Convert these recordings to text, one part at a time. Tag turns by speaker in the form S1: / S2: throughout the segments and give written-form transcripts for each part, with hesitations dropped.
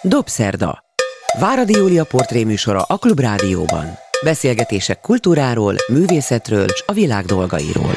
S1: Dobszerda. Váradi Júlia portréműsora a Klubrádióban. Beszélgetések kultúráról, művészetről s a világ dolgairól.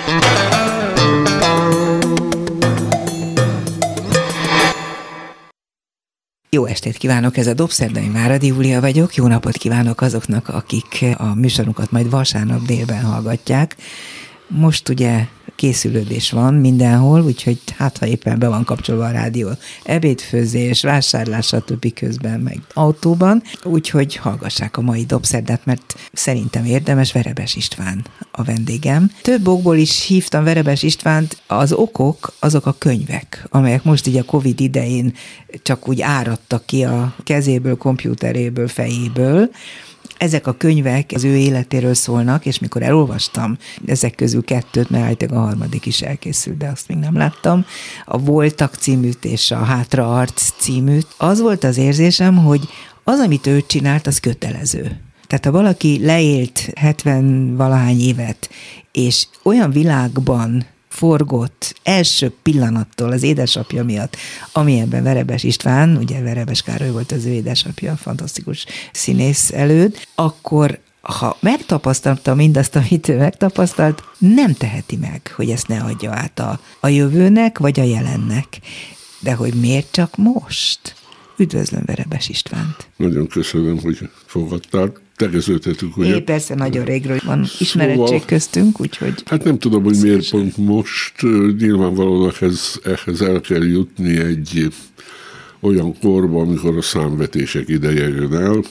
S2: Jó estét kívánok, ez a Dobszerda, én Váradi Júlia vagyok. Jó napot kívánok azoknak, akik a műsorunkat majd vasárnap délben hallgatják. Most ugye készülődés van mindenhol, úgyhogy ha éppen be van kapcsolva a rádió, ebédfőzés, vásárlás, stb. Közben, meg autóban, úgyhogy hallgassák a mai Dobszerdát, mert szerintem érdemes. Verebes István a vendégem. Több okból is hívtam Verebes Istvánt, az okok azok a könyvek, amelyek most így a Covid idején csak úgy áradtak ki a kezéből, kompjúteréből, fejéből. Ezek a könyvek az ő életéről szólnak, és mikor elolvastam ezek közül kettőt, mert állítólag a harmadik is elkészült, de azt még nem láttam, a Voltak címűt és a Hátra arc címűt, az volt az érzésem, hogy az, amit ő csinált, az kötelező. Tehát ha valaki leélt 70-valahány évet, és olyan világban forgott első pillanattól az édesapja miatt, amilyenben Verebes István, ugye Verebes Károly volt az ő édesapja, fantasztikus színész előtt, akkor ha megtapasztalta mindazt, amit ő megtapasztalt, nem teheti meg, hogy ezt ne adja át a jövőnek, vagy a jelennek. De hogy miért csak most? Üdvözlöm Verebes Istvánt.
S3: Nagyon köszönöm, hogy fogadtál. Tegeződhetünk, ugye?
S2: Persze, nagyon régről van ismerettség köztünk, úgyhogy...
S3: Hát nem tudom, hogy miért pont most. Nyilvánvalóan ehhez el kell jutni egy olyan korba, amikor a számvetések ideje jön el.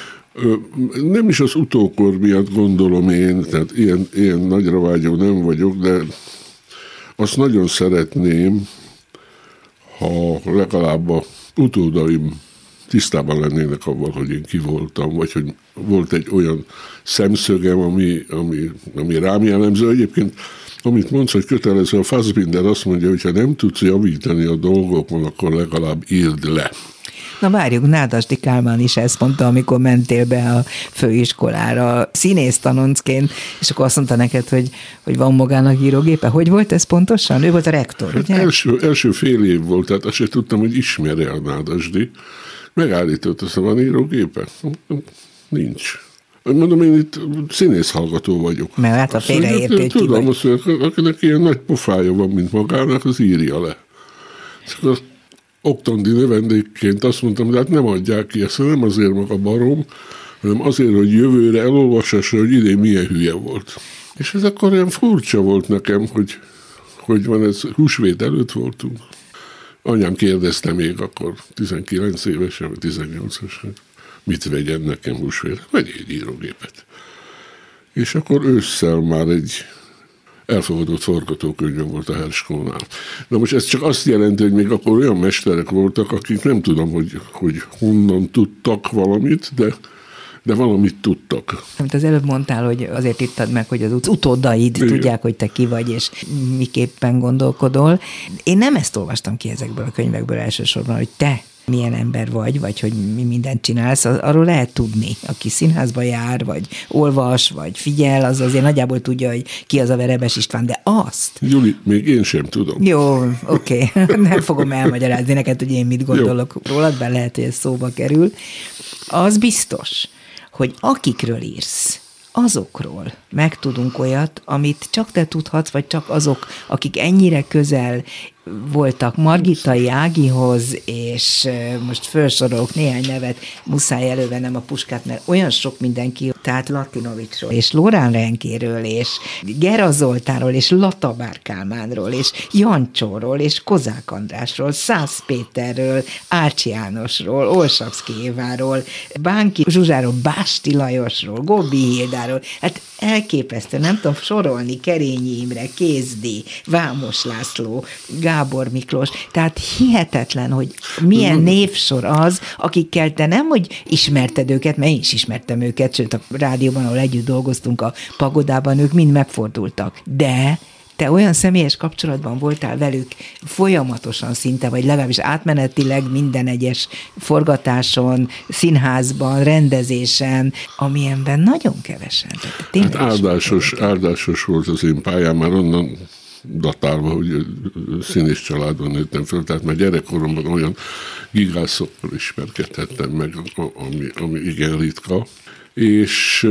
S3: Nem is az utókor miatt gondolom én, tehát ilyen nagyra vágyó nem vagyok, de azt nagyon szeretném, ha legalább a utódaim tisztában lennének avval, hogy én ki voltam, vagy hogy volt egy olyan szemszögem, ami rám jellemző. Egyébként, amit mondsz, hogy kötelező, a Fassbinder azt mondja, hogy ha nem tudsz javítani a dolgokon, akkor legalább írd le.
S2: Na várjuk, Nádasdy Kálmán is ezt mondta, amikor mentél be a főiskolára színésztanoncként, és akkor azt mondta neked, hogy van magának írógépe. Hogy volt ez pontosan? Ő volt a rektor, ugye?
S3: Első fél év volt, tehát azt sem tudtam, hogy ismerje a Nádasdy. Megállított, azt van írógépe? Nincs. Mondom, én itt színészhallgató vagyok.
S2: Mert hát a félreértés ki
S3: tudom, azt mondja, akinek ilyen nagy pofája van, mint magának, az írja le. És akkor oktandi növendékként azt mondtam, de hát nem adják ki ezt, nem azért maga barom, hanem azért, hogy jövőre elolvasásra, hogy idén milyen hülye volt. És ez akkor olyan furcsa volt nekem, hogy van ez, húsvét előtt voltunk. Anyám kérdezte még akkor 19 évesen, vagy 18 évesen, mit vegyen nekem húsvét. Vegyél egy írógépet. És akkor ősszel már egy elfogadott forgatókönyvem volt a Herskónál. Na most ez csak azt jelenti, hogy még akkor olyan mesterek voltak, akik nem tudom, hogy honnan tudtak valamit, de valamit tudtak.
S2: Amit az előbb mondtál, hogy azért írtad meg, hogy az utódaid tudják, hogy te ki vagy, és miképpen gondolkodol. Én nem ezt olvastam ki ezekből a könyvekből elsősorban, hogy te milyen ember vagy hogy mi mindent csinálsz, arról lehet tudni. Aki színházba jár, vagy olvas, vagy figyel, az azért nagyjából tudja, hogy ki az a Verebes István, de azt...
S3: Juli, még én sem tudom.
S2: Jó, oké. Nem fogom elmagyarázni neked, hogy én mit gondolok rólad, bár lehet, hogy ez szóba kerül. Az biztos, hogy akikről írsz, azokról megtudunk olyat, amit csak te tudhatsz, vagy csak azok, akik ennyire közel voltak Margitai Ágihoz, és most felsorolok néhány nevet, muszáj elővennem a puskát, mert olyan sok mindenki, tehát Latinovicsról, és Lórán Renkéről, és Gera Zoltánról, és Latabár Kálmánról, és Jancsóról, és Kozák Andrásról, Szász Péterről, Ácsi Jánosról, Olsavszky Éváról, Bánki Zsuzsáról, Básti Lajosról, Gobbi Hildáról, hát elképesztő, nem tudom sorolni, Kerényi Imre, Kézdi, Vámos László, Gábor Miklós, tehát hihetetlen, hogy milyen névsor az, akikkel te nem, hogy ismerted őket, mert én is ismertem őket, sőt a rádióban, ahol együtt dolgoztunk a Pagodában, ők mind megfordultak, de te olyan személyes kapcsolatban voltál velük folyamatosan szinte, vagy legalábbis átmenetileg minden egyes forgatáson, színházban, rendezésen, amilyenben nagyon kevesen.
S3: Hát áldásos volt az én pályám, már onnan datálva, hogy színész családban nőttem föl, tehát már gyerekkoromban olyan gigászokkal ismerkedhettem meg, ami igen ritka. És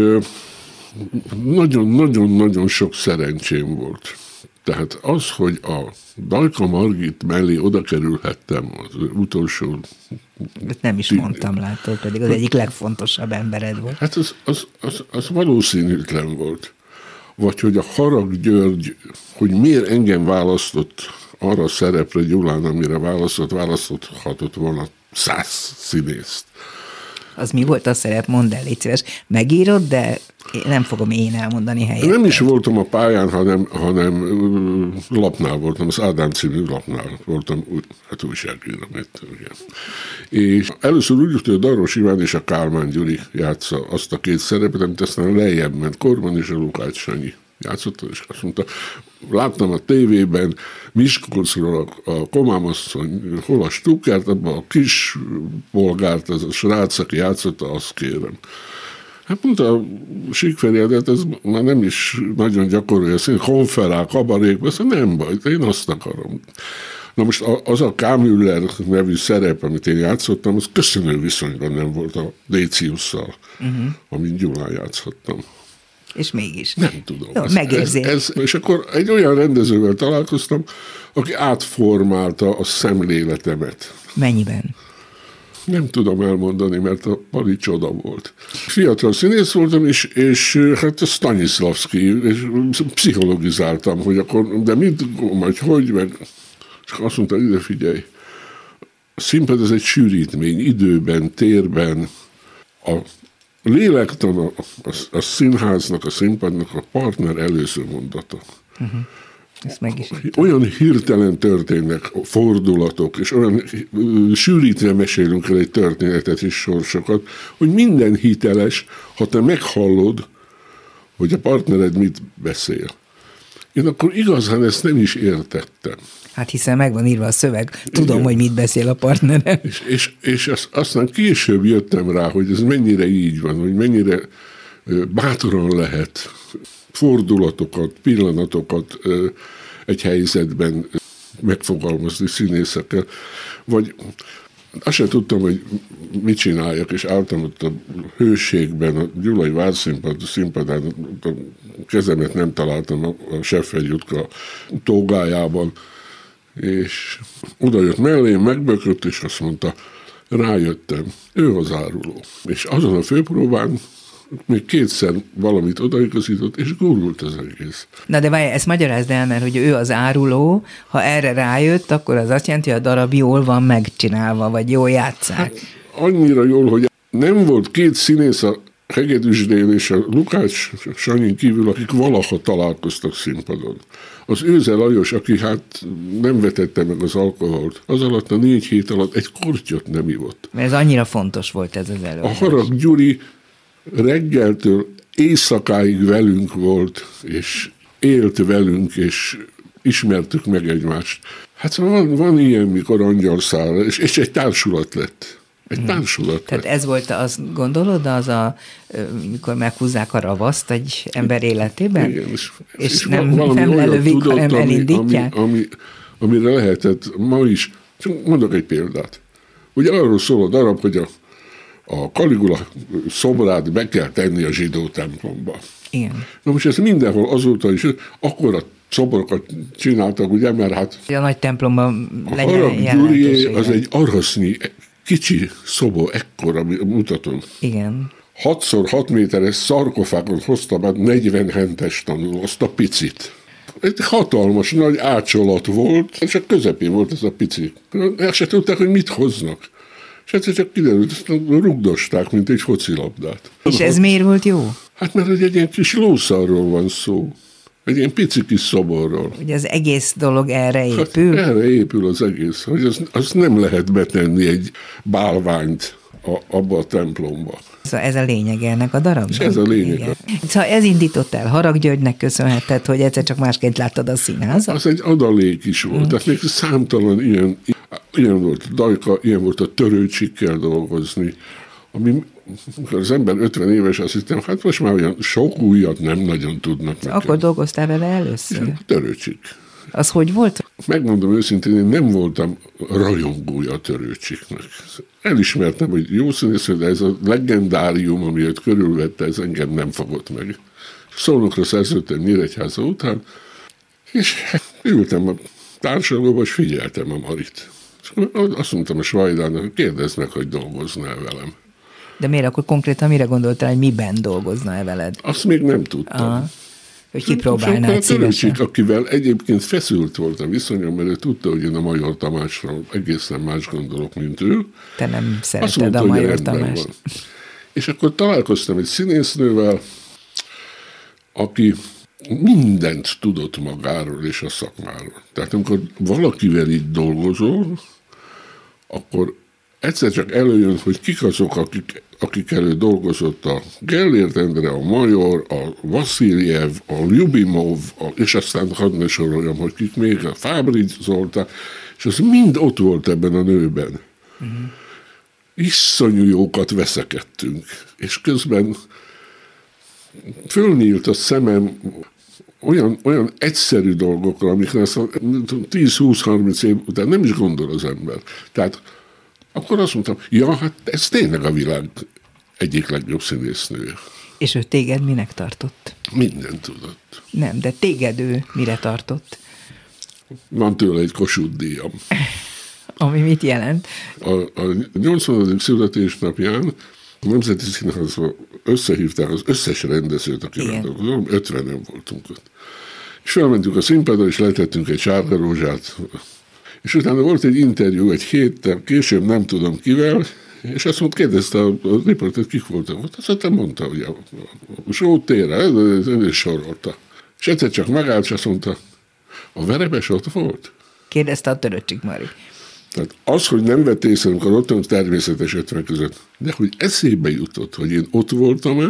S3: nagyon-nagyon-nagyon sok szerencsém volt. Tehát az, hogy a Dajka Margit mellé oda kerülhettem az utolsó...
S2: Ezt nem is mondtam, látod, pedig az egyik legfontosabb embered volt.
S3: Hát az valószínűtlen volt. Vagy hogy a Harag György, hogy miért engem választott arra a szerepre Gyulán, amire választhatott volna 100 színészt.
S2: Az mi volt a szerep? Mondd el, légy szíves. Megírod, de nem fogom én elmondani helyet.
S3: Nem is voltam a pályán, hanem lapnál voltam, az Ádám című lapnál voltam, hát újságíró. És először úgy jutott, hogy a Darvas Iván és a Kálmán Gyuri játsza azt a két szerepet, amit aztán lejjebb ment Korman és a Lukács Sanyi játszotta, és azt mondta, láttam a tévében Miskolcról a Komámasszony, hol a Stuttgart, abban a kis polgárt, az a srác, aki játszotta, azt kérem. Hát mondta, a Síkferiadet, ez már nem is nagyon gyakorolja, konferál, kabarékban, azt nem baj, én azt akarom. Na most az a K. Müller nevű szerep, amit én játszottam, az köszönő viszonyban nem volt a Déciusszal, amit Gyulán játszottam.
S2: És mégis.
S3: Nem tudom.
S2: Jó, megérzél.
S3: És akkor egy olyan rendezővel találkoztam, aki átformálta a szemléletemet.
S2: Mennyiben?
S3: Nem tudom elmondani, mert a pali csoda volt. Fiatal színész voltam, és hát a Stanislavski, és pszichologizáltam, hogy akkor, de mit, majd hogy, meg, és azt mondta, ide figyelj, a színpad ez egy sűrítmény, időben, térben, a lélektan a színháznak, a színpadnak a partner előző mondata.
S2: Ezt meg is
S3: olyan hirtelen történnek fordulatok, és olyan sűrítve mesélünk el egy történetet és sorsokat, hogy minden hiteles, ha te meghallod, hogy a partnered mit beszél. Én akkor igazán ezt nem is értettem.
S2: Hát hiszen meg van írva a szöveg, tudom, hogy mit beszél a partnerem.
S3: És aztán később jöttem rá, hogy ez mennyire így van, hogy mennyire bátran lehet fordulatokat, pillanatokat egy helyzetben megfogalmazni színészekkel, vagy azt sem tudtam, hogy mit csináljak, és álltam ott a hőségben, a Gyulai Várszínpadán, a kezemet nem találtam a Seffer Jutka tógájában, és oda jött mellém, megbökött, és azt mondta, rájöttem, ő az áruló. És azon a főpróbán még kétszer valamit odaigazított, és gurult az egész.
S2: Na de várj, ezt magyarázd el, mert hogy ő az áruló, ha erre rájött, akkor az azt jelenti, hogy a darab jól van megcsinálva, vagy jól játsszák. Hát,
S3: annyira jól, hogy nem volt két színész, a Hegedűsdén és a Lukács Sanyin kívül, akik valaha találkoztak színpadon. Az Őze Lajos, aki hát nem vetette meg az alkoholt, az alatt a 4 hét alatt egy kortyot nem ivott.
S2: Mert ez annyira fontos volt ez az előadás.
S3: A Harag Gyuri reggeltől éjszakáig velünk volt, és élt velünk, és ismertük meg egymást. Hát van ilyen, mikor angyal száll, és egy társulat lett. Egy társulat.
S2: Tehát ez volt, azt gondolod, mikor meghúzzák a ravaszt egy ember életében?
S3: Igen,
S2: és nem lelövik, hanem elindítják?
S3: Amire lehetett ma is. Csak mondok egy példát. Ugye arról szól a darab, hogy a Kaligula szobrát be kell tenni a zsidó templomba.
S2: Igen.
S3: Na most ez mindenhol azóta is, akkor a szobrokat csináltak, ugye, mert hát...
S2: A nagy templomban legyen
S3: Harag Gyurié az egy arasznyi, kicsi szobor, ekkora, mutatom.
S2: Igen.
S3: 6x6 méteres szarkofágot hoztam át 40 hentes tanuló, azt a picit. Egy hatalmas, nagy ácsolat volt, és a közepén volt ez a pici. El se tudták, hogy mit hoznak. És egyszer csak kiderült, rugdosták, mint egy focilabdát.
S2: És ez miért volt jó?
S3: Hát mert egy ilyen kis lószarról van szó. Egy ilyen pici kis szoborról.
S2: Ugye az egész dolog erre épül?
S3: Hát erre épül az egész. Hogy az nem lehet betenni egy bálványt abba a templomba.
S2: Szóval ez a lényeg ennek a darabnak?
S3: Ez a lényeg.
S2: Szóval ez indított el Harag Györgynek köszönheted, hogy egyszer csak másként láttad a színházat?
S3: Az egy adalék is volt. Tehát még számtalan ilyen volt Dajka, ilyen volt a Törőcsikkel dolgozni, ami amikor az ember 50 éves, azt hittem, hát most már olyan sok újat nem nagyon tudnak.
S2: Akkor dolgoztál vele először?
S3: Törőcsik.
S2: Az hogy volt?
S3: Megmondom őszintén, én nem voltam rajongója a Törőcsiknek. Elismertem, hogy jó színész, de ez a legendárium, ami őt körülvette, ez engem nem fogott meg. Szolnokra szerződtem Nyíregyháza után, és ültem a társadalomban, és figyeltem a Marit. És azt mondtam a Svajdának, kérdezd meg, hogy dolgoznál velem.
S2: De miért akkor konkrétan mire gondoltál, hogy miben dolgozna-e veled?
S3: Azt még nem tudtam.
S2: Aha. Hogy kipróbálnád szívesen.
S3: Akivel egyébként feszült volt a viszonyom, mert ő tudta, hogy én a Major Tamásról egészen más gondolok, mint ő.
S2: Te nem
S3: Azt
S2: szereted
S3: mondta,
S2: a
S3: hogy
S2: Major
S3: rendben
S2: Tamást.
S3: van. És akkor találkoztam egy színésznővel, aki mindent tudott magáról és a szakmáról. Tehát amikor valakivel így dolgozol, akkor egyszer csak előjön, hogy kik azok, akik elő dolgozott a Gellért Endre, a Major, a Vasiljev, a Lyubimov, és aztán hadd ne soroljam, hogy kik még, a Fábri Zoltán, és az mind ott volt ebben a nőben. Iszonyú jókat veszekedtünk, és közben fölnyílt a szemem olyan egyszerű dolgokra, amikre 10-20-30 év után nem is gondol az ember. Tehát akkor azt mondtam, ja, hát ez tényleg a világ egyik legjobb színésznője.
S2: És ő téged minek tartott?
S3: Mindent tudott.
S2: Nem, de téged ő mire tartott?
S3: Van tőle egy Kossuth díjam.
S2: Ami mit jelent?
S3: A 80. születésnapján a Nemzeti Színházban összehívták az összes rendezőt, akivel dolgozom, 50-en voltunk ott. És felmentünk a színpadra, és letettünk egy sárga rózsát. És utána volt egy interjú egy héttel később, nem tudom kivel, és azt mondta, kérdezte a riportert, kik voltak ott. Aztán mondta, hogy a Sótérre, és sorolta. És egyszer csak megállt, és azt mondta, a Verebes ott volt?
S2: Kérdezte a Törőcsik Mari.
S3: Tehát az, hogy nem vett észre, amikor ott van természetes 50 között, de hogy eszébe jutott, hogy én ott voltam-e,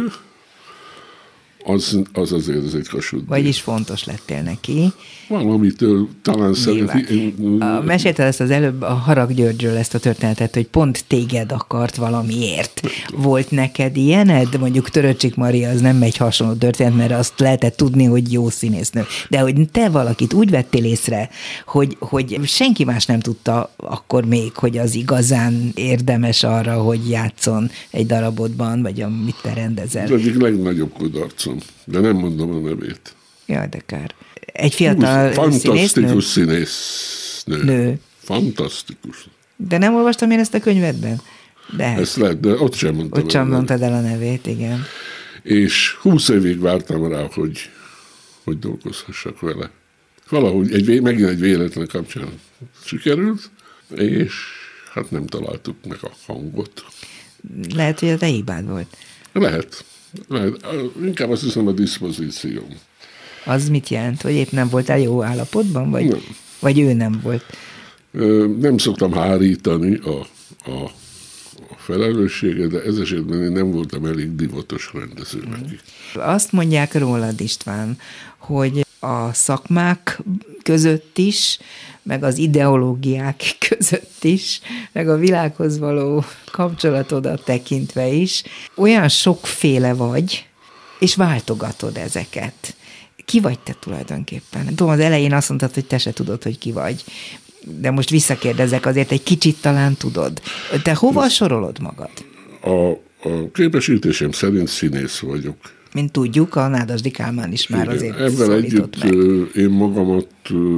S3: az azért az egy Kossuth díj.
S2: Vagyis fontos lettél neki.
S3: Valamitől talán szereti.
S2: Mesélted ezt az előbb a Harag Györgyről ezt a történetet, hogy pont téged akart valamiért. Volt neked ilyened? Mondjuk Törőcsik Mari az nem egy hasonló történet, mert azt lehetett tudni, hogy jó színésznő. De hogy te valakit úgy vettél észre, hogy senki más nem tudta akkor még, hogy az igazán érdemes arra, hogy játszon egy darabodban, vagy amit te rendezel.
S3: Ez egyik legnagyobb kudarcom, de nem mondom a nevét.
S2: Jaj, de kár. Egy fiatal
S3: fantasztikus színésznő.
S2: Nő.
S3: Fantasztikus.
S2: De nem olvastam én ezt a könyvedben? De
S3: ezt lehet, de ott sem mondtam.
S2: Ott sem mondtad el a nevét, igen.
S3: És 20 évig vártam rá, hogy dolgozhassak vele. Valahogy megint egy véletlen kapcsán sikerült, és hát nem találtuk meg a hangot.
S2: Lehet, hogy a te hibád volt.
S3: Lehet. Inkább azt hiszem a diszpozícióm.
S2: Az mit jelent? Hogy épp nem voltál jó állapotban? Vagy ő nem volt?
S3: Nem szoktam hárítani a felelősséget, de ez esetben én nem voltam elég divatos rendező neki.
S2: Azt mondják rólad, István, hogy a szakmák között is, meg az ideológiák között is, meg a világhoz való kapcsolatodat tekintve is, olyan sokféle vagy, és váltogatod ezeket. Ki vagy te tulajdonképpen? Tudom, az elején azt mondtad, hogy te se tudod, hogy ki vagy. De most visszakérdezek, azért egy kicsit talán tudod. Te hova sorolod magad?
S3: A képesítésem szerint színész vagyok.
S2: Mint tudjuk, a Nádasdy Kálmán is már azért
S3: ebben együtt meg. Én magamat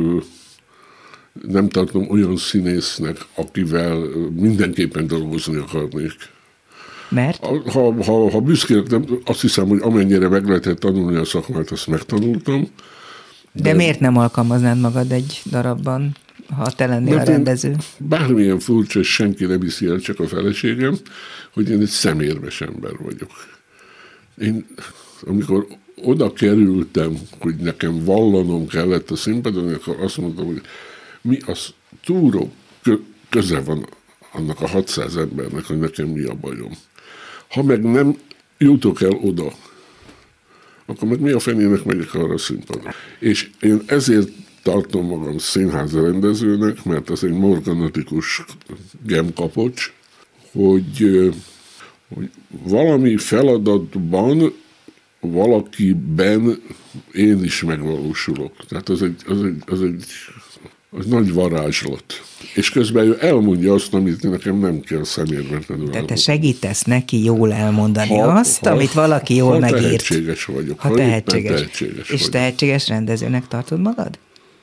S3: nem tartom olyan színésznek, akivel mindenképpen dolgozni akarnék.
S2: Mert?
S3: Ha büszkének, azt hiszem, hogy amennyire meg lehetett tanulni a szakmát, azt megtanultam.
S2: De miért nem alkalmaznád magad egy darabban, ha te lennél a rendező?
S3: Bármilyen furcsa, és senki nem hiszi el, csak a feleségem, hogy én egy szemérmes ember vagyok. Én, amikor oda kerültem, hogy nekem vallanom kellett a színpadon, akkor azt mondtam, hogy mi az túró köze van annak a 600 embernek, hogy nekem mi a bajom. Ha meg nem jutok el oda, akkor meg mi a fenének megyek arra a színpadra. És én ezért tartom magam színház rendezőnek, mert az egy morganatikus gemkapocs, hogy valami feladatban valakiben én is megvalósulok. Tehát az egy nagy varázslat. És közben ő elmondja azt, amit nekem nem kell szemérmetlenül.
S2: Tehát te segítesz neki jól elmondani amit valaki jól megírt.
S3: Tehetséges vagyok.
S2: Ha tehetséges. És tehetséges rendezőnek tartod magad?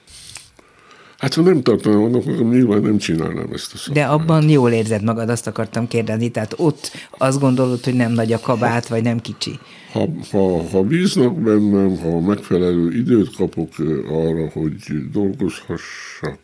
S3: Hát ha nem tartanám annak, nyilván nem csinálnám ezt a szakmát.
S2: De abban jól érzed magad, azt akartam kérdezni. Tehát ott azt gondolod, hogy nem nagy a kabát, vagy nem kicsi?
S3: Ha bíznak bennem, ha megfelelő időt kapok arra, hogy dolgozhassak,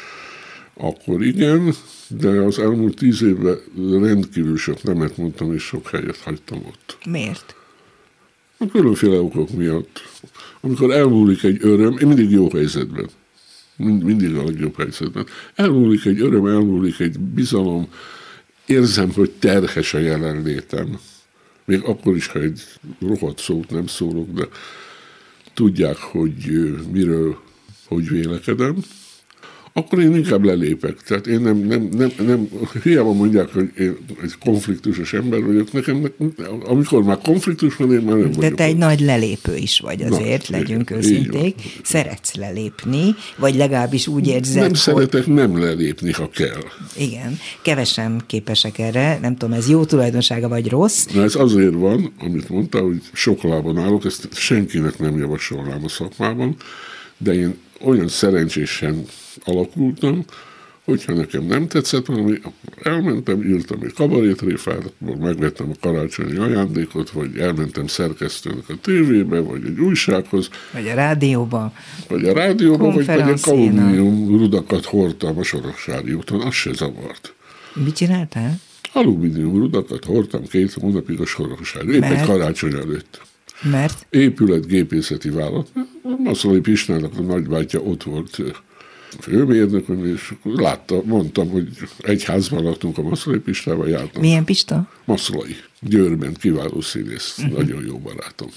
S3: akkor igen, de az elmúlt 10 évben rendkívül sok nemet mondtam, és sok helyet hagytam ott.
S2: Miért?
S3: A különféle okok miatt. Amikor elmúlik egy öröm, én mindig jó helyzetben. Mindig a legjobb helyzetben. Elmúlik egy öröm, elmúlik egy bizalom, érzem, hogy terhes a jelenlétem. Még akkor is, ha egy rohadt szót nem szólok, de tudják, hogy miről, hogy vélekedem, akkor én inkább lelépek. Tehát én nem hiába mondják, hogy én egy konfliktusos ember vagyok, nekem, amikor már konfliktus van, én már nem vagyok.
S2: De te egy nagy lelépő is vagy azért, legyünk őszinték. Szeretsz lelépni, vagy legalábbis úgy érzed,
S3: nem szeretek nem lelépni, ha kell.
S2: Igen, kevesen képesek erre, nem tudom, ez jó tulajdonsága, vagy rossz?
S3: Na ez azért van, amit mondtál, hogy sok lábon állok, ezt senkinek nem javasolnám a szakmában, de én olyan szerencsésen alakultam, hogyha nekem nem tetszett valami, elmentem, írtam egy kabarétréfát, megvettem a karácsonyi ajándékot, vagy elmentem szerkesztőnek a tévébe, vagy egy újsághoz.
S2: Vagy a rádióba.
S3: Vagy egy alumínium rudakat hordtam a Soroksári úton, az se zavart.
S2: Mit csináltál?
S3: Alumínium rudakat hordtam 2 hónapig a Soroksári, épp egy karácsony előtt.
S2: Mert?
S3: Épületgépészeti vállalat. Maszolai Pistának a nagybátyja ott volt főmérnökön, és mondtam, hogy egy házban laktunk a Maszolai Pistával, jártam.
S2: Milyen Pista?
S3: Maszolai. Győrben, kiváló színész, nagyon jó barátom.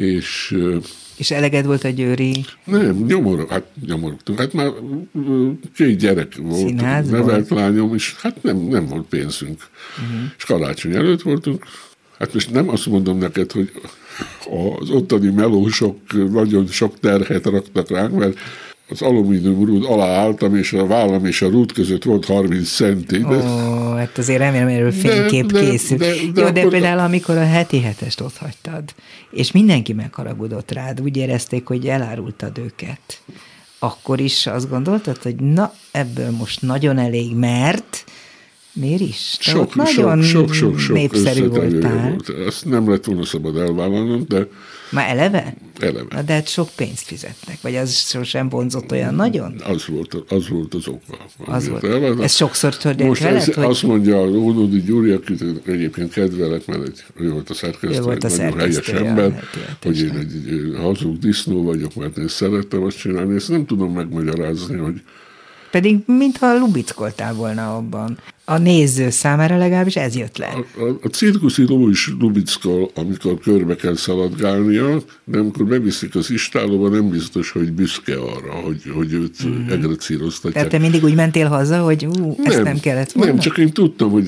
S2: És eleged volt a győri?
S3: Nem, nyomorogtunk. Hát már 2 gyerek volt, nevelt lányom, és hát nem volt pénzünk. És karácsony előtt voltunk. Hát most nem azt mondom neked, hogy az ottani melósok nagyon sok terhet raktak ránk, mert az alumínium rúd alá álltam, és a vállam és a rúd között volt 30 centi.
S2: Hát azért remélem, erről fénykép készül. De például amikor a heti hetest ott hagytad, és mindenki megharagudott rád, úgy érezték, hogy elárultad őket, akkor is azt gondoltad, hogy na, ebből most nagyon elég, mert... Miért is?
S3: Sok
S2: népszerű voltál.
S3: Volt. Ezt nem lett volna szabad elvállalnom, de...
S2: Már eleve?
S3: Eleve.
S2: Na, de hát sok pénzt fizetnek, vagy az sosem vonzott olyan nagyon?
S3: Az volt az oka.
S2: Az volt. Ez sokszor történt veled?
S3: Most azt mondja a Ónodi Gyuri, akit egyébként kedvelek, mert ő volt a szerkesztő, egy nagyon helyes ember, hogy én egy hazug disznó vagyok, mert én szerettem azt csinálni, ezt nem tudom megmagyarázni, hogy
S2: pedig mintha lubickoltál volna abban. A néző számára legalábbis ez jött le.
S3: A cirkuszi ló is lubickol, amikor körbe kell szaladgálnia, de amikor beviszik az istálóba, nem biztos, hogy büszke arra, hogy őt egrecíroztatják.
S2: Tehát te mindig úgy mentél haza, hogy ezt nem kellett volna?
S3: Nem, csak én tudtam, hogy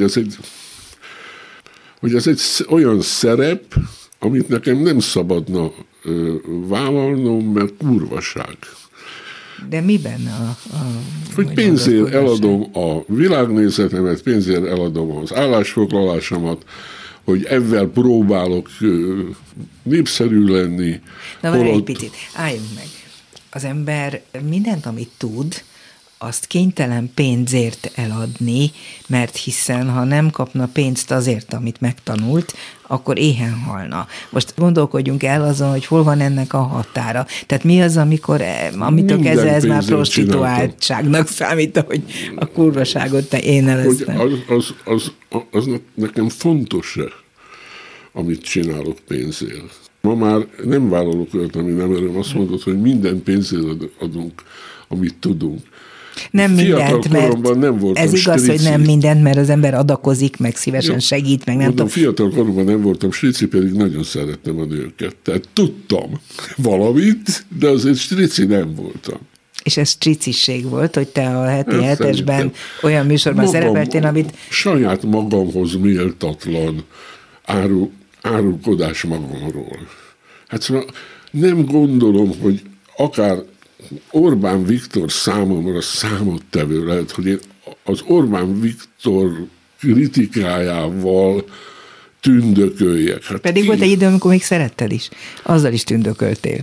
S3: ez egy olyan szerep, amit nekem nem szabadna vállalnom, mert kurvaság.
S2: De miben
S3: hogy pénzért eladom a világnézetemet, pénzért eladom az állásfoglalásomat, hogy ezzel próbálok népszerű lenni.
S2: Na várj egy picit, álljunk meg. Az ember mindent, amit tud, azt kénytelen pénzért eladni, mert hiszen ha nem kapna pénzt azért, amit megtanult, akkor éhen halna. Most gondolkodjunk el azon, hogy hol van ennek a határa. Tehát mi az, amitől kezdve ez már prostituáltságnak számít, hogy a kurvaságot te én eleztem.
S3: Az nekem fontos-e, amit csinálok pénzért. Ma már nem vállalok olyat, ami nem öröm. Azt mondod, hogy minden pénzért adunk, amit tudunk.
S2: Nem mindent, mert
S3: nem voltam
S2: ez igaz,
S3: strici.
S2: hogy nem mindent, mert az ember adakozik, meg szívesen segít, meg nem tudom.
S3: Fiatal koromban nem voltam strici, pedig nagyon szerettem a nőket. Tehát tudtam valamit, de azért strici nem voltam.
S2: És ez striciség volt, hogy te a heti hetesben olyan műsorban szerepeltél, amit...
S3: Saját magamhoz méltatlan árulkodás magamról. Hát szóval nem gondolom, hogy akár Orbán Viktor számomra számottevő lehet, hogy én az Orbán Viktor kritikájával tündököljek. Hát
S2: pedig volt egy idő, amikor még szeretted is. Azzal is tündököltél.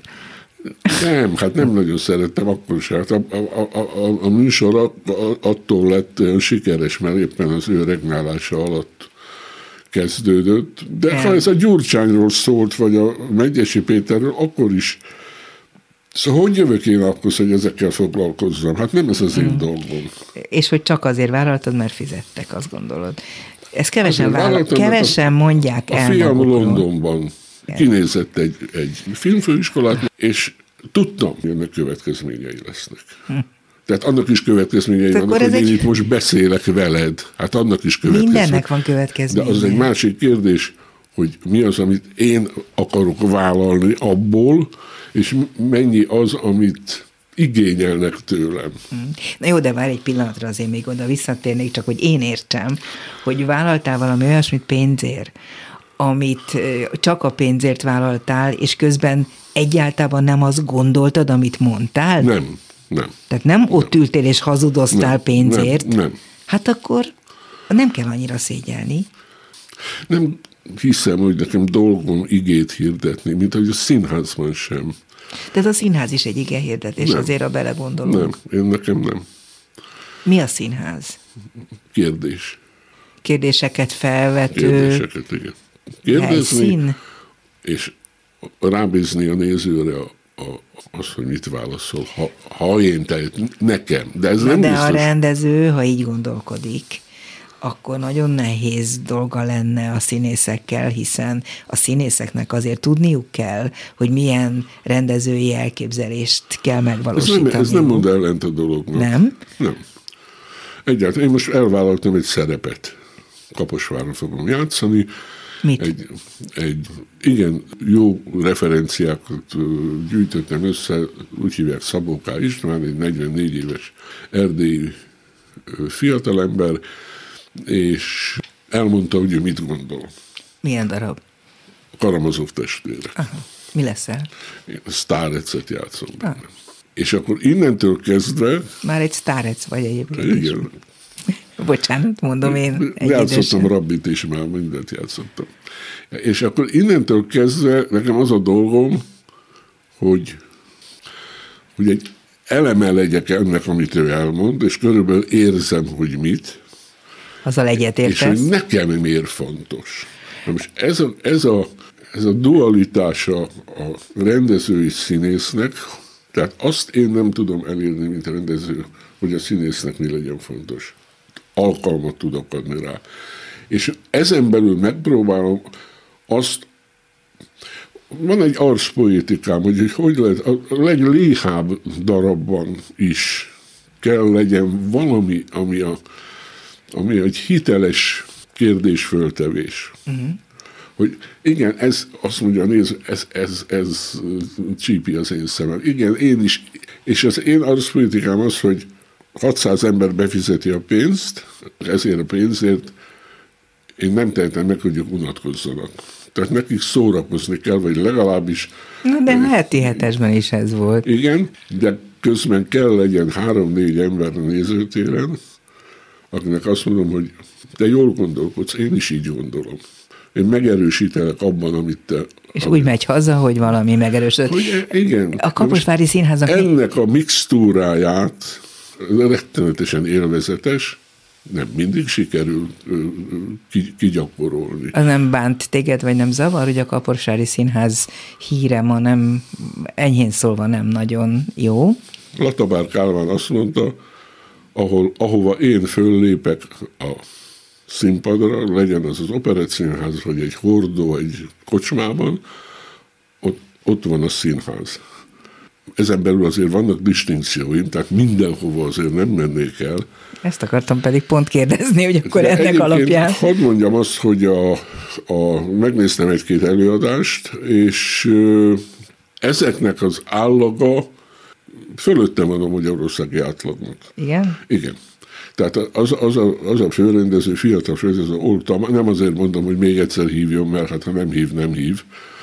S3: Nem, hát nem nagyon szerettem akkor sem. Hát a műsor attól lett olyan sikeres, mert éppen az ő regnálása alatt kezdődött. De ha ez a Gyurcsányról szólt, vagy a Megyesi Péterről, akkor is. Szóval hogy jövök én akkor, hogy ezekkel foglalkozzam? Hát nem ez az én dolgom.
S2: És hogy csak azért vállaltad, mert fizettek, azt gondolod. Ezt kevesen mondják el.
S3: A fiam Londonban kinézett egy filmfőiskolát, és tudtam, hogy ennek következményei lesznek. Tehát annak is következményei vannak, hogy én itt most beszélek veled. Hát annak is következményei.
S2: Mindennek van következménye.
S3: De az egy másik kérdés, hogy mi az, amit én akarok vállalni abból, és mennyi az, amit igényelnek tőlem.
S2: Na jó, de várj egy pillanatra, azért még oda visszatérnék, csak hogy én értsem, hogy vállaltál valami olyasmit pénzért, amit csak a pénzért vállaltál, és közben egyáltalán nem azt gondoltad, amit mondtál?
S3: Nem.
S2: Tehát nem ott ültél és hazudoztál pénzért?
S3: Nem.
S2: Hát akkor nem kell annyira szégyelni.
S3: Nem hiszem, hogy nekem dolgom igét hirdetni, mint ahogy a színházban sem.
S2: Tehát a színház is egy igehirdetés, azért, ha belegondolunk.
S3: Nekem nem.
S2: Mi a színház?
S3: Kérdés.
S2: Kérdéseket felvető.
S3: Kérdéseket, igen. Kérdezni, helyszín. És rábízni a nézőre azt, hogy mit válaszol, ha én tehet, nekem. De ez nem biztos.
S2: A rendező, ha így gondolkodik, akkor nagyon nehéz dolga lenne a színészekkel, hiszen a színészeknek azért tudniuk kell, hogy milyen rendezői elképzelést kell megvalósítani.
S3: Ez nem mond ellent a dolognak.
S2: Nem?
S3: Nem. Egyáltalán én most elvállaltam egy szerepet. Kaposváron fogom játszani.
S2: Mit?
S3: Egy igen jó referenciákat gyűjtöttem össze, úgy hívják Szabó K. István, egy 44 éves erdélyi fiatalember, és elmondta, hogy ő mit gondol.
S2: Milyen darab?
S3: Karamazov testvére.
S2: Aha. Mi leszel?
S3: Én Sztárecet játszom benne. És akkor innentől kezdve...
S2: Már egy Sztárec vagy egyébként.
S3: Igen.
S2: Bocsánat, mondom én.
S3: Játszottam Rabbit, és már mindent játszottam. És akkor innentől kezdve nekem az a dolgom, hogy egy eleme legyek ennek, amit ő elmond, és körülbelül érzem, hogy mit.
S2: Azzal egyetértesz.
S3: És hogy nekem miért fontos. Na most ez a dualitása a rendezői színésznek, tehát azt én nem tudom elérni, mint rendező, hogy a színésznek mi legyen fontos. Alkalmat tudok adni rá. És ezen belül megpróbálom azt, van egy arszpoétikám, hogy lehet, a legléhább darabban is kell legyen valami, ami egy hiteles kérdésföltevés. Uh-huh. Hogy igen, ez azt mondja, nézd, ez csípi az én szemem. Igen, én is. És az én arszpoétikám az, hogy 600 ember befizeti a pénzt, ezért a pénzért én nem tehetem meg, hogy ők unatkozzanak. Tehát nekik szórakozni kell, vagy legalábbis...
S2: Na, de a heti hetesben is ez volt.
S3: Igen, de közben kell legyen 3-4 ember a nézőtéren, akinek azt mondom, hogy te jól gondolkodsz, én is így gondolom. Én megerősítelek abban, amit te...
S2: És úgy megy haza, hogy valami megerősödött.
S3: Igen.
S2: A Kaposvári Színháznak...
S3: Ennek a mixtúráját rettenetesen élvezetes, nem mindig sikerül kigyakorolni.
S2: Az nem bánt téged, vagy nem zavar, hogy a Kaposvári Színház híre ma nem, enyhén szólva nem nagyon jó?
S3: Latabár Kálmán azt mondta, ahova én föllépek a színpadra, legyen az Operettszínház, vagy egy hordó, egy kocsmában, ott van a színház. Ezen belül azért vannak distinkcióim, tehát mindenhova azért nem mennék el.
S2: Ezt akartam pedig pont kérdezni, hogy akkor ennek alapján...
S3: Hadd mondjam azt, hogy megnéztem egy-két előadást, és ezeknek az állaga fölöttem van a magyarországi átlagnak.
S2: Igen?
S3: Igen. Tehát az a főrendező, fiatal főrendező, nem azért mondom, hogy még egyszer hívjon, mert hát ha nem hív,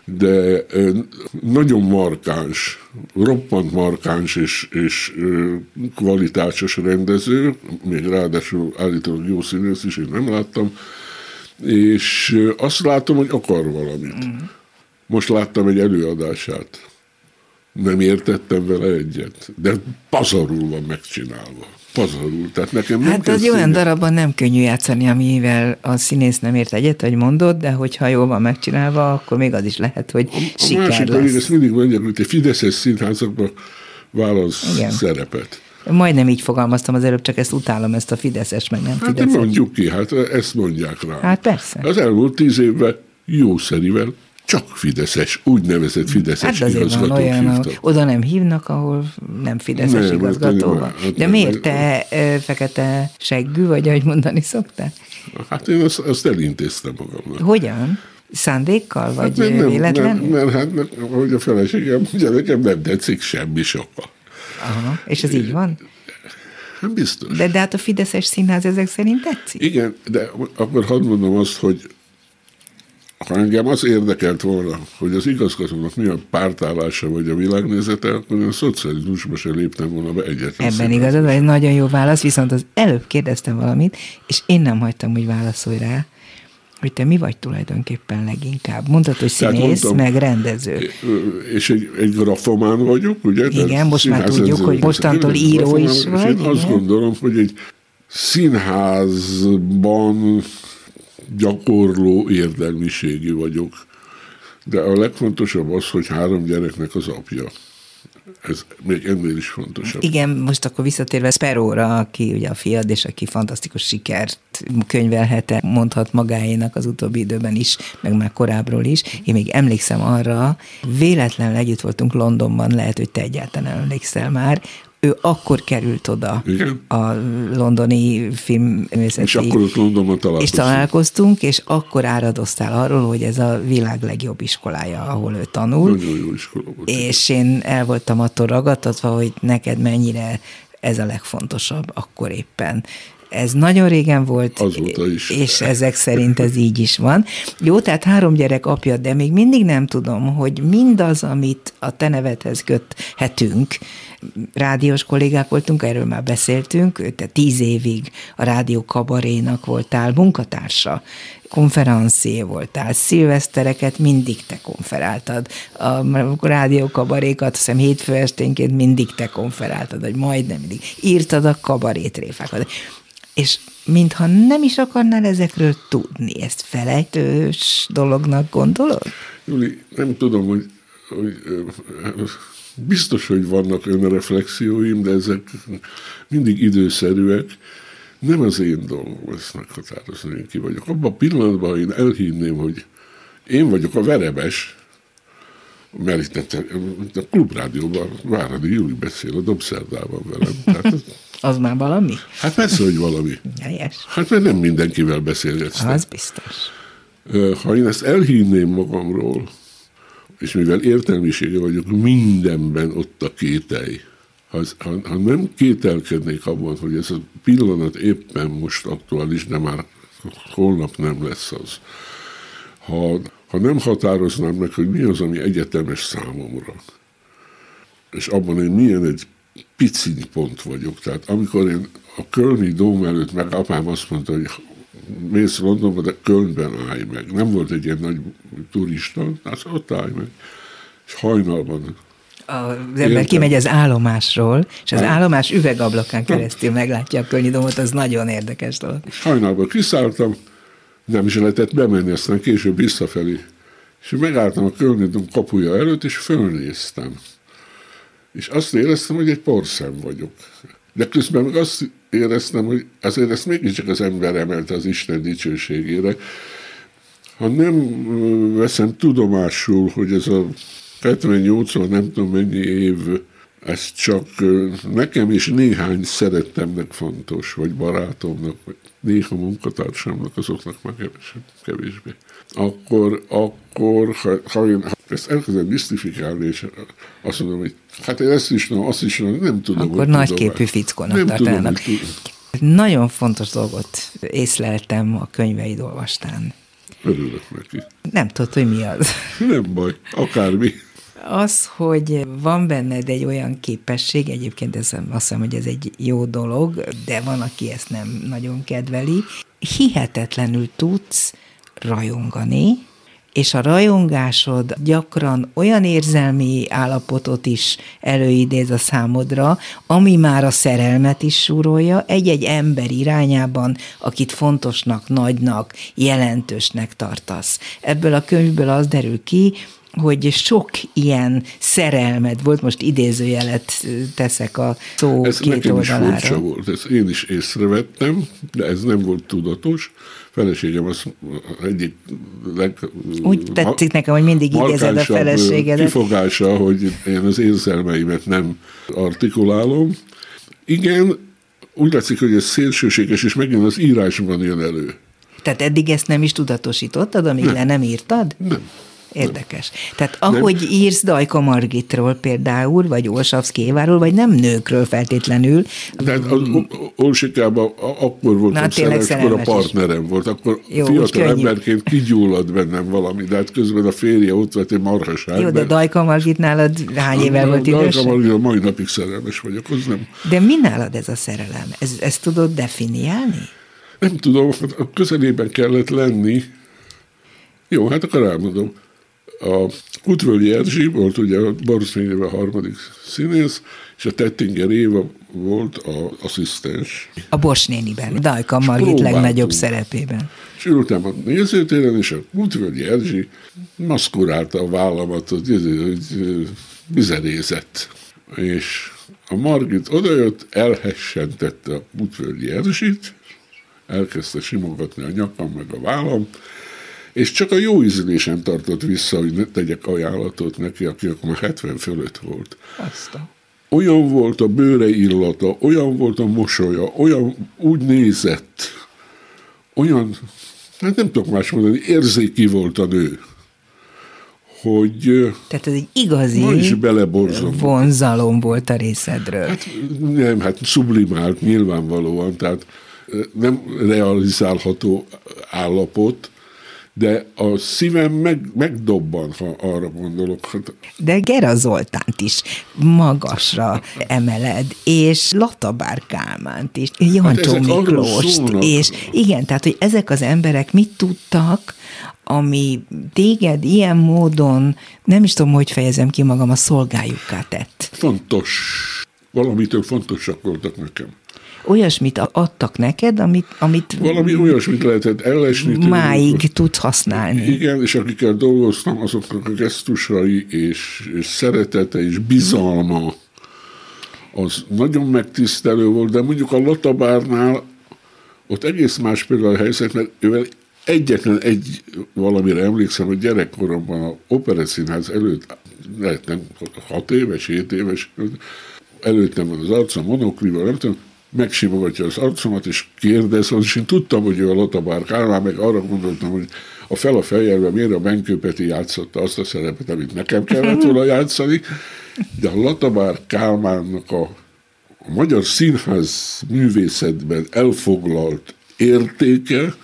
S3: de nagyon markáns, roppant markáns és kvalitásos rendező, még ráadásul állítólag jó színész is, én nem láttam, és azt látom, hogy akar valamit. Most láttam egy előadását. Nem értettem vele egyet, de pazarul van megcsinálva. Pazarul. Tehát nekem nem
S2: hát az olyan darabban nem könnyű játszani, amivel a színész nem ért egyet, hogy mondod, de hogyha jól van megcsinálva, akkor még az is lehet, hogy siker
S3: másik
S2: lesz.
S3: pedig ezt mindig mondják, hogy te fideszes színházakban válasz szerepet.
S2: Majdnem így fogalmaztam az előbb, csak ezt utálom, ezt a fideszes, meg nem fideszes.
S3: Hát mondjuk ki, hát ezt mondják rá.
S2: Hát persze.
S3: Az elmúlt 10 évben jószerivel csak fideszes, úgynevezett fideszes
S2: hát
S3: igazgatók hívtak.
S2: Oda nem hívnak, ahol nem fideszes igazgató van. De miért te fekete seggű vagy, ahogy mondani szoktál?
S3: Hát én azt elintéztem magamnak.
S2: Hogyan? Szándékkal, vagy
S3: hát
S2: véletlenül?
S3: Mert hát, ahogy a feleségem mondja, nekem nem tetszik semmi sokkal.
S2: Aha, és ez így van?
S3: Hát biztos.
S2: De hát a fideszes színház ezek szerint tetszik?
S3: Igen, de akkor hadd mondom azt, hogy ha engem az érdekelt volna, hogy az igazgatónak mi a pártállása vagy a világnézete, akkor én a szocializmusba se léptem volna be egyetlen.
S2: Ebben igazad, egy nagyon jó válasz, viszont az előbb kérdeztem valamit, és én nem hagytam, hogy válaszolj rá, hogy te mi vagy tulajdonképpen leginkább. Mondtad, hogy színész, mondtam, meg rendező.
S3: És egy grafomán vagyok, ugye?
S2: Igen, most már tudjuk, hogy mostantól író is vagy.
S3: Én azt gondolom, hogy egy színházban gyakorló érdelmiségű vagyok. De a legfontosabb az, hogy 3 gyereknek az apja. Ez még ennél is fontosabb.
S2: Igen, most akkor visszatérve Sparrowra, aki ugye a fiad, és aki fantasztikus sikert könyvelhet, mondhat magáénak az utóbbi időben is, meg már korábbról is. Én még emlékszem arra, véletlenül együtt voltunk Londonban, lehet, hogy te egyáltalán emlékszel már, ő akkor került oda. Igen. A londoni filmművészeti...
S3: És akkor ott Londonban találkoztunk.
S2: És találkoztunk, és akkor áradoztál arról, hogy ez a világ legjobb iskolája, ahol ő tanul.
S3: Nagyon jó iskola volt.
S2: És én el voltam attól ragadtatva, hogy neked mennyire ez a legfontosabb akkor éppen. Ez nagyon régen volt,
S3: azóta is.
S2: És ezek szerint ez így is van. Jó, tehát 3 gyerek apja, de még mindig nem tudom, hogy mindaz, amit a te nevedhez köthetünk, rádiós kollégák voltunk, erről már beszéltünk, te 10 évig a Rádió Kabarénak voltál munkatársa, konferencié voltál, szilvesztereket mindig te konferáltad, a Rádió Kabarékat, azt hiszem hétfő esténként mindig te konferáltad, vagy majdnem mindig. Írtad a kabarétréfákat. És mintha nem is akarnál ezekről tudni, ezt felejtős dolognak gondolod?
S3: Júli, nem tudom, hogy biztos, hogy vannak önreflexióim, de ezek mindig időszerűek. Nem az én dolgom ezt meghatározni, én ki vagyok. Abban a pillanatban, én elhinném, hogy én vagyok a verebes, mert itt a Klubrádióban Váradi Júli beszél a Dobszerdában velem. Tehát
S2: az már valami?
S3: Hát persze, hogy valami.
S2: Helyes.
S3: Hát mert nem mindenkivel beszélgetsz.
S2: Az biztos.
S3: Ha én ezt elhinném magamról, és mivel értelmisége vagyok, mindenben ott a kételj. Ha nem kételkednék abban, hogy ez a pillanat éppen most aktuális, de már holnap nem lesz az. Ha nem határoznám meg, hogy mi az, ami egyetemes számomra, és abban én milyen egy piciny pont vagyok. Tehát amikor én a kölni dóm előtt, meg apám azt mondta, hogy mész Londonba, de Kölnben állj meg. Nem volt egy ilyen nagy turista, hát ott állj meg. És hajnalban.
S2: Az ember kimegy az állomásról, és az állomás üvegablakán keresztül meglátja a Kölni dómot, az nagyon érdekes dolog.
S3: És hajnalban kiszálltam, nem is lehetett bemenni, aztán később visszafelé. És megálltam a Kölni dóm kapuja előtt, és fölnéztem. És azt éreztem, hogy egy porszem vagyok. De közben meg azt éreztem, hogy azért ezt mégiscsak az ember emelte az Isten dicsőségére. Ha nem veszem tudomásul, hogy ez a 78-ban nem tudom mennyi év, ez csak nekem és néhány szerettemnek fontos, vagy barátomnak, vagy néha munkatársamnak, azoknak már kevésbé. Akkor ha én ezt elkezdem misztifikálni, és azt mondom, hogy hát én ezt is tudom, azt is tudom, nem tudom.
S2: Akkor nagyképű fickónak tartanának. Nagyon fontos dolgot észleltem a könyveid olvastán.
S3: Örülök neki.
S2: Nem tudod, hogy mi az.
S3: Nem baj, akármi.
S2: Az, hogy van benned egy olyan képesség, egyébként azt hiszem, hogy ez egy jó dolog, de van, aki ezt nem nagyon kedveli, hihetetlenül tudsz rajongani, és a rajongásod gyakran olyan érzelmi állapotot is előidéz a számodra, ami már a szerelmet is súrolja egy-egy ember irányában, akit fontosnak, nagynak, jelentősnek tartasz. Ebből a könyvből az derül ki, hogy sok ilyen szerelmed volt, most idézőjelet teszek a szó
S3: ez
S2: két oldalára. Ez nekem
S3: is furcsa volt, ezt én is észrevettem, de ez nem volt tudatos. Feleségem az egyik
S2: úgy tetszik nekem, hogy mindig idézed a feleségedet.
S3: Kifogása, hogy én az érzelmeimet nem artikulálom. Igen, úgy látszik, hogy ez szélsőséges, és megint az írásban jön elő.
S2: Tehát eddig ezt nem is tudatosítottad, amíg le nem írtad?
S3: Nem.
S2: Érdekes. Tehát ahogy írsz Dajka Margitról például, vagy Olsavszky Éváról, vagy nem nőkről feltétlenül.
S3: De Olsikában akkor voltam szerelmes, akkor a partnerem volt, akkor jó, fiatal emberként kigyulladt bennem valami, de hát közben a férje ott vett egy marhaság.
S2: Jó, de Dajka Margit nálad hány évvel volt idősebb?
S3: Dajka Margit a mai napig szerelmes vagyok, az nem.
S2: De mi nálad ez a szerelem? Ezt tudod definiálni?
S3: Nem tudom, a közelében kellett lenni. Jó, hát akkor elmondom. A Kutvölgyi Erzsi volt ugye a Barusznény Éva harmadik színész, és a Tettinger Éva volt az asszisztens.
S2: A Bors néniben, Dajka Margit legnagyobb szerepében.
S3: És ültem a nézőtéren, és a Kutvölgyi Erzsi maszkurálta a vállamat, hogy bizerézett. És a Margit odajött, elhessentette a Kutvölgyi Erzsit, elkezdte simogatni a nyakam meg a vállam, és csak a jó ízlésem tartott vissza, hogy ne tegyek ajánlatot neki, aki akkor már 70 fölött volt. Olyan volt a bőre illata, olyan volt a mosolya, olyan úgy nézett, olyan, hát nem tudok más mondani, érzéki volt a nő, hogy
S2: tehát ez egy igazi vonzalom volt a részedről.
S3: Hát nem, hát sublimált nyilvánvalóan, tehát nem realizálható állapot, de a szívem megdobban, ha arra gondolok.
S2: De Gera Zoltánt is magasra emeled, és Latabár Kálmánt is, Jancsó Miklóst, és igen, tehát, hogy ezek az emberek mit tudtak, ami téged ilyen módon, nem is tudom, hogy fejezem ki magam, a szolgájukká tett.
S3: Fontos. Valamitől fontosak voltak nekem.
S2: Olyasmit adtak neked, amit
S3: valami olyasmit lehetett ellesni.
S2: Máig tudsz használni.
S3: Igen, és akikkel dolgoztam, azoknak a gesztusai és szeretete és bizalma az nagyon megtisztelő volt, de mondjuk a Latabárnál ott egész más például a helyzet, mert ővel egyetlen egy valamire emlékszem, hogy gyerekkoromban a Operettszínház előtt, lehet nem 6 éves, 7 éves, előttem van az arcom monoklival, nem tudom, megsimogatja az arcomat, és kérdez, és én tudtam, hogy ő a Latabár Kálmán, meg arra gondoltam, hogy a Fel a fejjelben miért a Benkő Peti játszotta azt a szerepet, amit nekem kellett volna játszani, de a Latabár Kálmánnak a magyar színház művészetben elfoglalt értéke,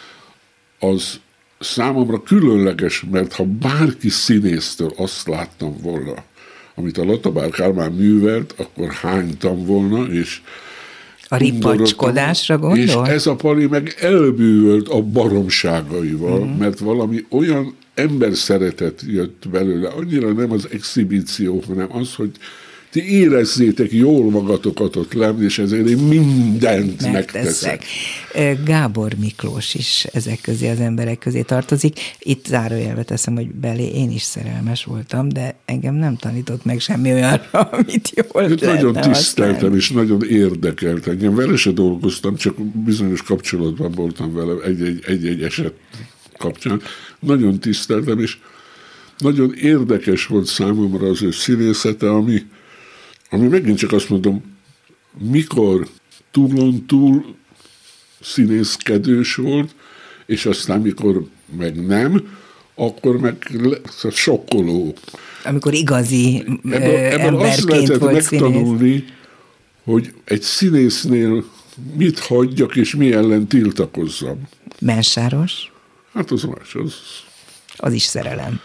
S3: az számomra különleges, mert ha bárki színésztől azt láttam volna, amit a Latabár Kálmán művelt, akkor hánytam volna, és
S2: a ripacskodásra gondol?
S3: És ez a pali meg elbűvölt a baromságaival, mert valami olyan emberszeretet jött belőle, annyira nem az exhibíció, hanem az, hogy ti érezzétek jól magatokat ott lenni, és ezért én mindent megteszek.
S2: Gábor Miklós is ezek közé, az emberek közé tartozik. Itt zárójelbe teszem, hogy belé én is szerelmes voltam, de engem nem tanított meg semmi olyanra, amit jól lehetne
S3: nagyon tiszteltem, és nagyon érdekelt engem. Vele se dolgoztam, csak bizonyos kapcsolatban voltam vele egy-egy eset kapcsán. Nagyon tiszteltem, és nagyon érdekes volt számomra az ő színészete, ami megint csak azt mondom, mikor túl színészkedős volt, és aztán mikor meg nem, akkor meg sokkoló.
S2: Amikor igazi
S3: ebből azt lehetett megtanulni, színész, hogy egy színésznél mit hagyjak, és mi ellen tiltakozzam.
S2: Mensáros?
S3: Hát az más,
S2: Az is szerelem.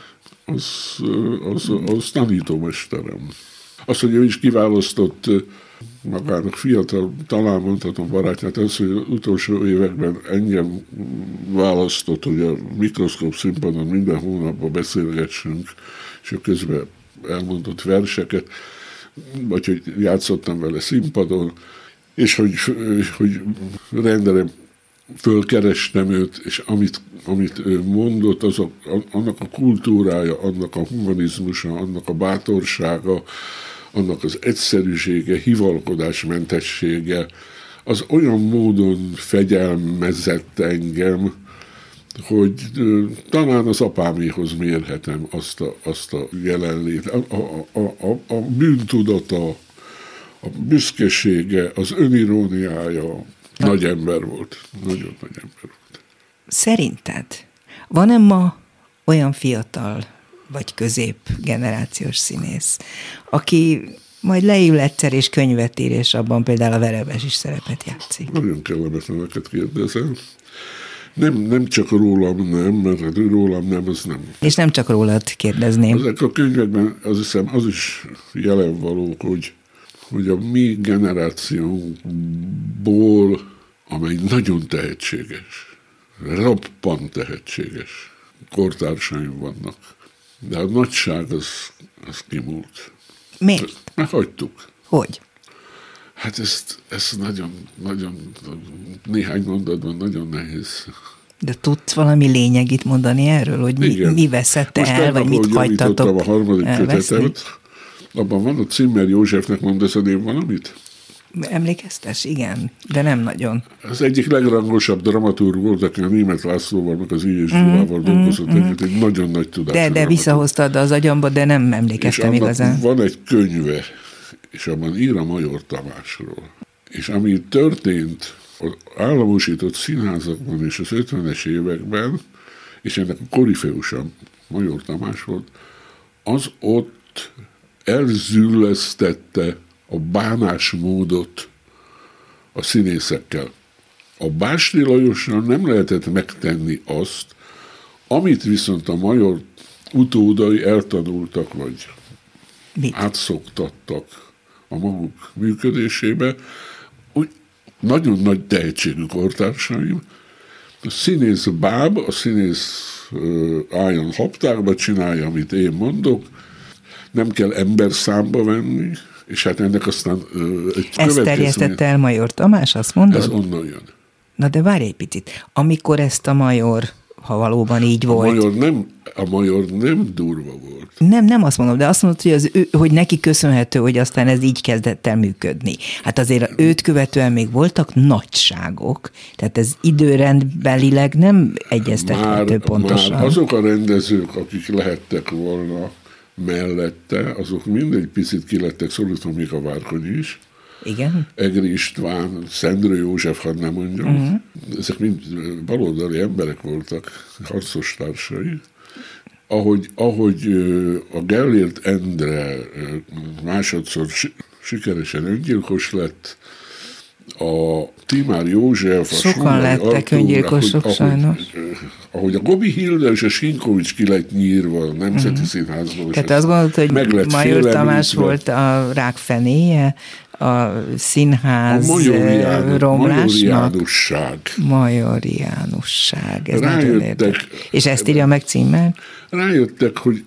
S3: Az tanítómesterem. Az, hogy ő is kiválasztott magának fiatal, talán mondhatom barátját, az, hogy az utolsó években engem választott, hogy a mikroszkóp színpadon minden hónapban beszélgessünk, és ő közben elmondott verseket, vagy hogy játszottam vele színpadon, és hogy rendelem fölkerestem őt, és amit ő mondott, annak a kultúrája, annak a humanizmusa, annak a bátorsága, annak az egyszerűsége, hivalkodásmentessége, az olyan módon fegyelmezett engem, hogy talán az apáméhoz mérhetem azt a jelenlét. A bűntudata, a büszkesége, az öniróniája, nagy ember volt. Nagyon nagy ember volt.
S2: Szerinted van-e ma olyan fiatal vagy középgenerációs színész, aki majd leül egyszer és könyvet ír, és abban például a Verebes is szerepet játszik?
S3: Nagyon kellemetleneket kérdezem. Nem csak rólam nem, mert rólam nem, az nem.
S2: És nem csak rólad kérdezném.
S3: Ezek a könyvekben azt hiszem az is jelen való, hogy a mi generációnkból, amely nagyon tehetséges, roppant tehetséges kortársaim vannak, de a nagyság az kimúlt.
S2: Miért?
S3: Meghagytuk.
S2: Hogy?
S3: Hát ez nagyon, néhány mondatban nagyon nehéz.
S2: De tudsz valami lényegit mondani erről, hogy mi veszette el, vagy mit hagytatok
S3: a harmadik kötetet, abban van a Cimmer Józsefnek, mondasz a név valamit?
S2: Emlékeztes? Igen, de nem nagyon.
S3: Az egyik legrangosabb dramaturg volt, aki a Németh Lászlóval, meg az I. és Gyulával dolgozott együtt, egy nagyon nagy tudású.
S2: De visszahoztad az agyamba, de nem emlékeztem igazán.
S3: Van egy könyve, és abban ír a Major Tamásról. És ami történt az államosított színházakban és az 50-es években, és ennek a korifeusa Major Tamás volt, az ott elzüllesztette a bánásmódot a színészekkel. A Bástry Lajossal nem lehetett megtenni azt, amit viszont a Major utódai eltanultak, vagy átszoktattak a maguk működésébe, hogy nagyon nagy tehetségű kortársaim, a színész báb, a színész álljon habtárba, csinálja, amit én mondok, nem kell emberszámba venni, és hát ennek aztán egy
S2: ezt terjesztette el Major Tamás, azt mondod?
S3: Ez onnan jön.
S2: Na de várj egy picit. Amikor ezt a Major, ha valóban így volt...
S3: A Major nem durva volt.
S2: Nem azt mondom, de azt mondod, hogy neki köszönhető, hogy aztán ez így kezdett el működni. Hát azért őt követően még voltak nagyságok, tehát ez időrendbelileg nem egyeztethető pontosan.
S3: Már azok a rendezők, akik lehettek volna mellette, azok mindegy picit kilettek szólítva, még a Várkonyi is.
S2: Igen.
S3: Egri István, Szendrő József, hadd nem mondjam. Ezek mind baloldali emberek voltak, harcos társai. Ahogy a Gellért Endre másodszor sikeresen öngyilkos lett, a Timár József,
S2: sokan lettek öngyilkosok sajnos.
S3: Ahogy a Gobi Hilda és a Sinkovics ki lett nyírva a Nemzeti Színházban.
S2: Tehát azt gondolod, hogy Major Tamás volt a rákfenéje, a színház romlásnak? Majoriánusság. Ez nagyon érdekes. És ezt írja meg Cimmer?
S3: Rájöttek, hogy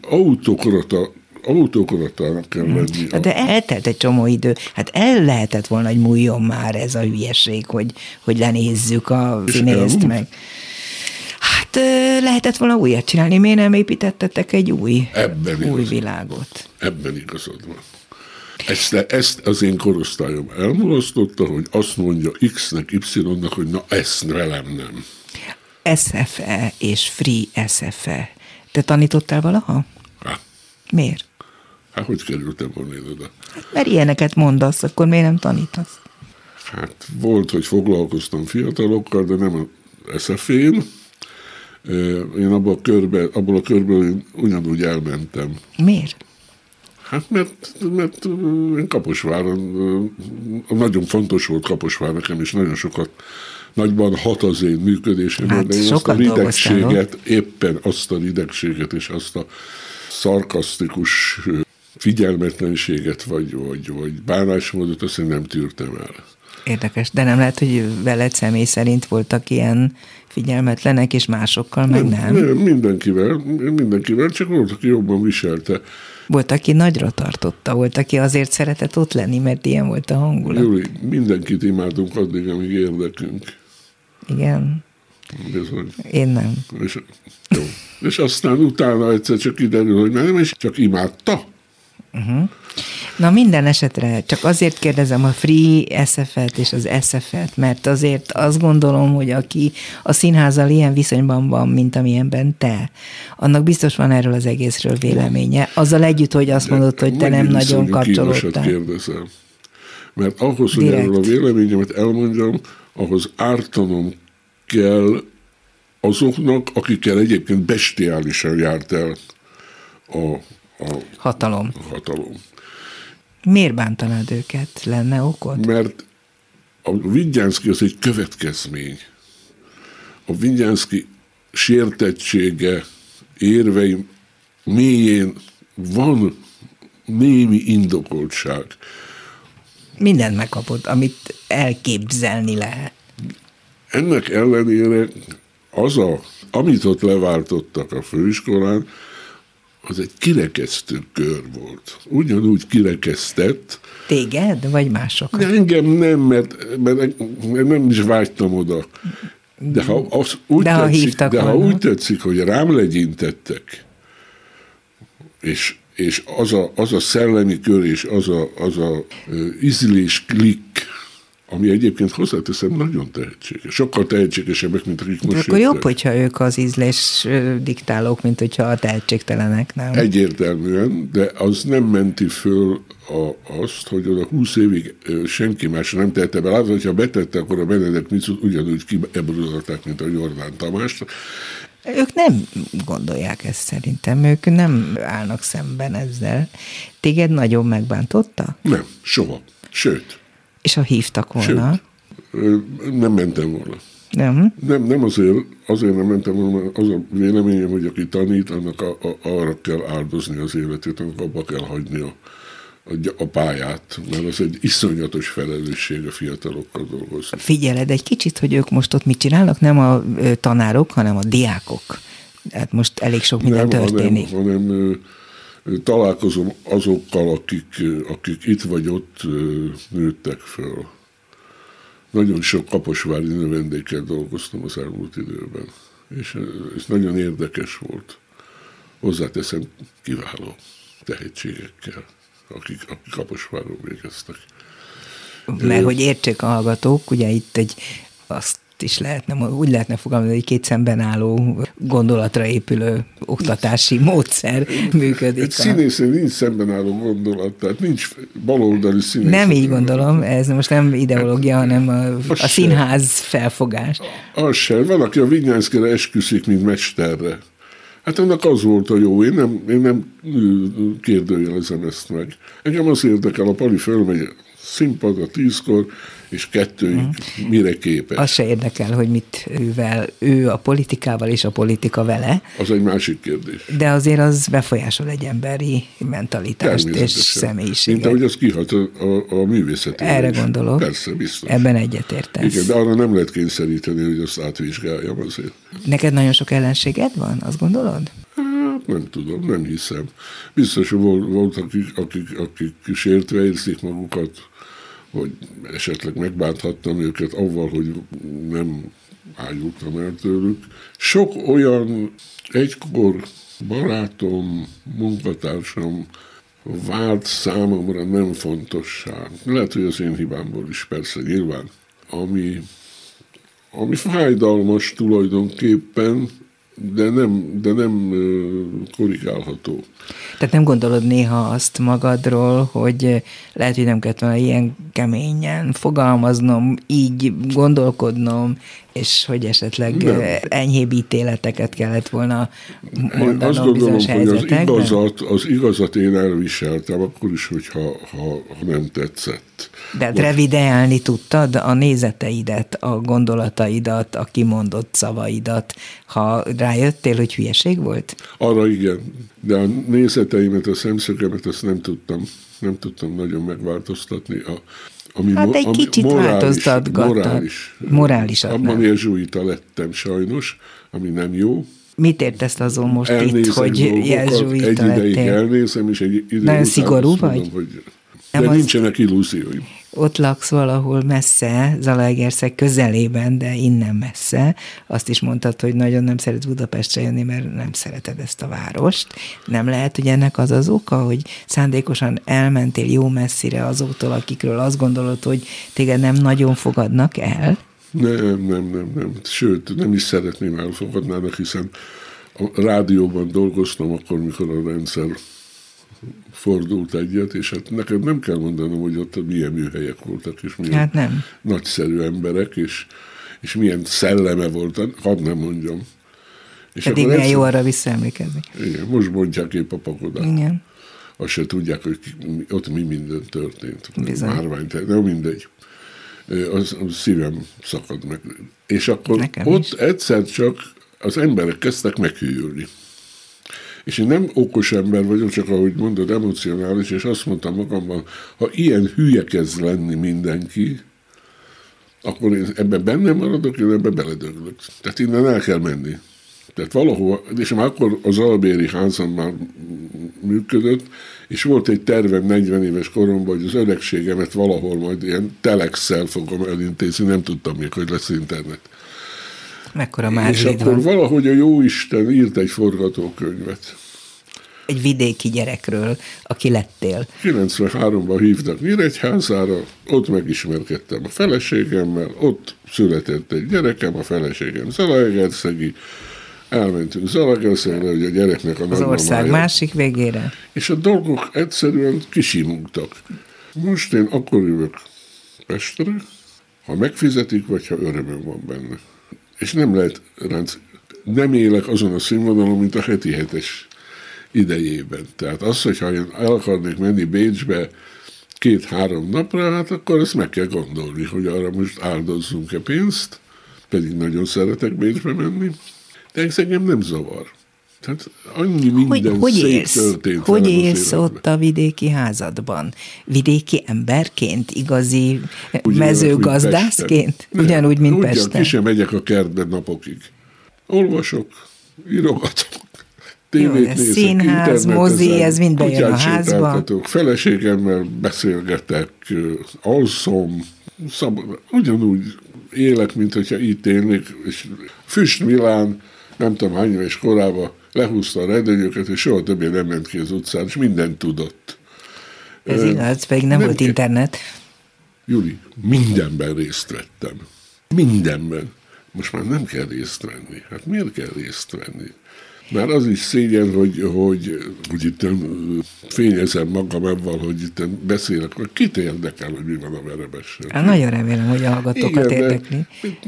S3: autokratának kell lenni.
S2: De eltelt egy csomó idő. Hát el lehetett volna, hogy múljon már ez a hülyeség, hogy lenézzük a színészt meg. Hát lehetett volna újat csinálni. Miért nem építettetek egy új világot?
S3: Ebben igazad van. Ezt az én korosztályom elmulasztotta, hogy azt mondja X-nek, Y-nak, hogy na ezt velem nem.
S2: SFE és Free SFE. Te tanítottál valaha? Miért?
S3: Hát hogy kerültem volna én oda?
S2: Mert ilyeneket mondasz, akkor miért nem tanítasz?
S3: Hát volt, hogy foglalkoztam fiatalokkal, de nem a SFE-n. Én abból a körből én ugyanúgy elmentem.
S2: Miért?
S3: Hát mert én Kaposváron, nagyon fontos volt Kaposvár nekem, és nagyon sokat nagyban hat az én működésemben, de én azt a ridegséget, éppen azt a ridegséget és azt a szarkasztikus figyelmetlenséget, vagy bánásmódot, azt én nem tűrtem el.
S2: Érdekes, de nem lehet, hogy veled személy szerint voltak ilyen figyelmetlenek, és másokkal meg nem?
S3: Nem, mindenkivel, csak volt, aki jobban viselte.
S2: Volt, aki nagyra tartotta, volt, aki azért szeretett ott lenni, mert ilyen volt a hangulat.
S3: Júli, mindenkit imádunk addig, amíg érdekünk.
S2: Igen.
S3: Bizony.
S2: Én nem.
S3: És aztán utána egyszer csak kiderül, hogy nem, és csak imádta.
S2: Uh-huh. Na minden esetre csak azért kérdezem a Free SF-et és az SF-et, mert azért azt gondolom, hogy aki a színházzal ilyen viszonyban van, mint amilyenben te, annak biztos van erről az egészről véleménye. Azzal együtt, hogy azt mondod, hogy te nem nagyon kapcsolódtál.
S3: Kérdezem. Mert ahhoz, hogy erről a véleményemet elmondjam, ahhoz ártanom kell azoknak, akikkel egyébként bestiálisan járt el a hatalom.
S2: Miért bántanád őket? Lenne okod?
S3: Mert a Vigyánszky az egy következmény. A Vigyánszky sértettsége, érvei mélyén van némi indokoltság.
S2: Mindent megkapott, amit elképzelni lehet.
S3: Ennek ellenére amit ott leváltottak a főiskolán, az egy kirekesztő kör volt. Ugyanúgy kirekesztett.
S2: Téged, vagy másokat?
S3: Engem nem, mert nem is vágytam oda. De ha úgy tetszik, hogy rám legyintettek, és az a szellemi kör, és az a ízlés klik, ami egyébként hozzáteszem nagyon tehetséges. Sokkal tehetségesebbek, mint akik most
S2: akkor jobb, hogyha ők az ízlés diktálók, mint hogyha a tehetségtelenek, nem?
S3: Egyértelműen, de az nem menti föl azt, hogy oda 20 évig senki más nem tette be. Látod, hogyha betette, akkor a Benedek Micút ugyanúgy kiebrodolták, mint a Jordán Tamást.
S2: Ők nem gondolják ezt szerintem, ők nem állnak szemben ezzel. Téged nagyon megbántotta?
S3: Nem, soha. Sőt.
S2: És ha hívtak volna?
S3: Sőt, nem mentem volna.
S2: Nem?
S3: Nem azért nem mentem volna, az a véleményem, hogy aki tanít, annak arra kell áldozni az életét, annak abba kell hagyni a pályát, mert az egy iszonyatos felelősség a fiatalokkal dolgozni.
S2: Figyeled egy kicsit, hogy ők most ott mit csinálnak? Nem a tanárok, hanem a diákok. Hát most elég sok minden történik.
S3: Hanem találkozom azokkal, akik itt vagy ott nőttek föl. Nagyon sok kaposvári növendékkel dolgoztam az elmúlt időben, és ez nagyon érdekes volt. Hozzáteszem, kiváló tehetségekkel, akik Kaposváron végeztek.
S2: Mert hogy értsék a hallgatók, ugye itt azt is úgy lehetne fogalmazni, hogy két szemben álló gondolatra épülő oktatási módszer működik.
S3: Egy színészen nincs szemben álló gondolat, tehát nincs baloldali színész.
S2: Nem így gondolom, ez most nem ideológia, hanem a színház felfogás.
S3: Az sem. Van, aki a Vinyánszkyra esküszik, mint mesterre. Hát annak az volt a jó, én nem kérdőjelezem ezt meg. Engem az érdekel, a Pali fölmegy színpadra 10-kor, és 2-ig mire képes.
S2: Az se érdekel, hogy mit művel ő a politikával, és a politika vele.
S3: Az egy másik kérdés.
S2: De azért az befolyásol egy emberi mentalitást és személyiséget.
S3: Mint ahogy az kihat a művészetére.
S2: Erre gondolok.
S3: Persze, biztos.
S2: Ebben egyetértesz.
S3: Igen, de arra nem lehet kényszeríteni, hogy azt átvizsgáljam azért.
S2: Neked nagyon sok ellenséged van, azt gondolod?
S3: Hát nem tudom, nem hiszem. Biztos, hogy volt akik sértve érzik magukat, hogy esetleg megbánthattam őket avval, hogy nem ájultam el tőlük. Sok olyan egykor barátom, munkatársam vált számomra nem fontossá. Lehet, hogy az én hibámból is, persze, nyilván. Ami fájdalmas tulajdonképpen, de nem korrigálható.
S2: Tehát nem gondolod néha azt magadról, hogy lehet, hogy nem kellett volna ilyen keményen fogalmaznom, így gondolkodnom, és hogy esetleg enyhébb ítéleteket kellett volna mondanom
S3: azt gondolom,
S2: bizonyos helyzetekben?
S3: Hogy az igazat én elviseltem, akkor is, hogyha nem tetszett.
S2: De hát revideálni tudtad a nézeteidet, a gondolataidat, a kimondott szavaidat, ha rájöttél, hogy hülyeség volt?
S3: Arra igen, de a nézeteimet, a szemszögemet azt nem tudtam nagyon megváltoztatni.
S2: Hát egy kicsit változtatgattad. Morálisat
S3: abban
S2: nem.
S3: jezsuita lettem sajnos, ami nem jó.
S2: Mit értesz azon most
S3: Elnézek
S2: itt, hogy jezsuita
S3: egy ideig
S2: lettél?
S3: elnézem, és egy idő
S2: nagyon
S3: után
S2: szigorú
S3: azt mondom,
S2: vagy?
S3: hogy
S2: Nem
S3: de
S2: az-
S3: nincsenek illúzióim.
S2: Ott laksz valahol messze, Zalaegerszeg közelében, de innen messze. Azt is mondtad, hogy nagyon nem szeretsz Budapestre jönni, mert nem szereted ezt a várost. Nem lehet, hogy ennek az az oka, hogy szándékosan elmentél jó messzire azoktól, akikről azt gondolod, hogy téged nem nagyon fogadnak el?
S3: Nem. Sőt, nem is szeretném elfogadnának, hiszen a rádióban dolgoztam akkor, mikor a rendszer fordult egyet, és hát neked nem kell mondanom, hogy ott milyen műhelyek voltak, és milyen
S2: Hát nem.
S3: nagyszerű emberek, és milyen szelleme volt, hadd nem mondjam. És
S2: Pedig
S3: akkor
S2: milyen jó arra visszaemlékezni.
S3: Igen, most bontják épp a pakodát.
S2: Igen.
S3: Azt se tudják, hogy ott mi minden történt.
S2: Bizony.
S3: Márvány, de mindegy. Az szívem szakad meg. És akkor
S2: Nekem
S3: ott
S2: is.
S3: egyszer csak az emberek kezdtek meghűlni. És én nem okos ember vagyok, csak ahogy mondod, emocionális, és azt mondtam magamban, ha ilyen hülye kezd lenni mindenki, akkor én ebben benne maradok, én ebben beledöglök. Tehát innen el kell menni. Tehát valahova, és már akkor az albéri házam már működött, és volt egy tervem 40 éves koromban, hogy az öregségemet valahol majd ilyen telexsel fogom elintézni, nem tudtam még, hogy lesz internet.
S2: Mekkora
S3: És
S2: mázsid
S3: akkor
S2: van.
S3: valahogy a Jóisten írt egy forgatókönyvet.
S2: Egy vidéki gyerekről, aki lettél.
S3: 93-ban hívtak Nyíregyházára, ott megismerkedtem a feleségemmel, ott született egy gyerekem, a feleségem Zalaegerszegi, elmentünk Zalaegerszegre, hogy a gyereknek a
S2: Az
S3: nagymamája.
S2: ország másik végére.
S3: És a dolgok egyszerűen kisimultak. Most én akkor jövök Pestre, ha megfizetik, vagy ha örömöm van benne. És nem lehet nem élek azon a színvonalon, mint a heti hetes idejében. Tehát az, hogyha én el akarnék menni Bécsbe 2-3 napra, hát akkor ezt meg kell gondolni, hogy arra most áldozzunk-e pénzt, pedig nagyon szeretek Bécsbe menni, de ez engem nem zavar. Tehát annyi minden
S2: Hogy
S3: szép
S2: élsz?
S3: történt.
S2: Hogy
S3: velem az
S2: élsz
S3: életben.
S2: ott a vidéki házadban? Vidéki emberként? Igazi
S3: Ugyanúgy,
S2: mezőgazdászként?
S3: mint Pesten.
S2: Ugyanúgy, mint
S3: Ugyan,
S2: Pesten?
S3: ki sem megyek a kertbe napokig. Olvasok, írogatok, tévét
S2: ez
S3: nézek,
S2: színház,
S3: internetezem,
S2: mozi, ez mind bejön
S3: kutyát
S2: a házba.
S3: sétáltatok, feleségemmel beszélgetek, alszom, ugyanúgy élek, mint hogyha itt élnék, és Füst Milán, nem tudom hány éves korában lehúzta a redőnyöket, és soha többé nem ment ki az utcán, és mindent tudott.
S2: Ez igaz, pedig nem volt
S3: kell-
S2: internet.
S3: Júli, mindenben részt vettem. Mindenben. Most már nem kell részt venni. Hát miért kell részt venni? Már az is szégyen, hogy itt fényezem magam ebben, hogy itt beszélek. Kit érdekel, hogy mi van a Verebessel?
S2: Hát nagyon remélem, hogy a hallgatókat
S3: Igen, de-
S2: érdekli.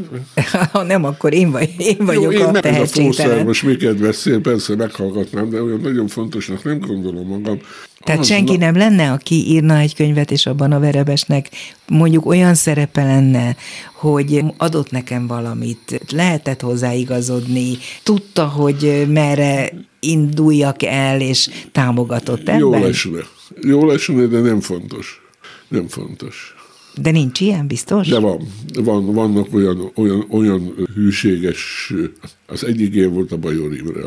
S2: Ha nem, akkor én vagyok
S3: én
S2: a
S3: meg a
S2: tehetségtelen.
S3: fószer, most miket beszél, persze meghallgatnám, de olyan nagyon fontosnak nem gondolom magam.
S2: Tehát
S3: Az
S2: senki nem lenne, aki írna egy könyvet, és abban a Verebesnek mondjuk olyan szerepe lenne, hogy adott nekem valamit, lehetett hozzáigazodni, tudta, hogy merre induljak el, és támogatott ebben.
S3: Jó lesne, de nem fontos. Nem fontos.
S2: De nincs ilyen, biztos?
S3: De vannak olyan hűséges, az egyik én volt a Bajor Imre,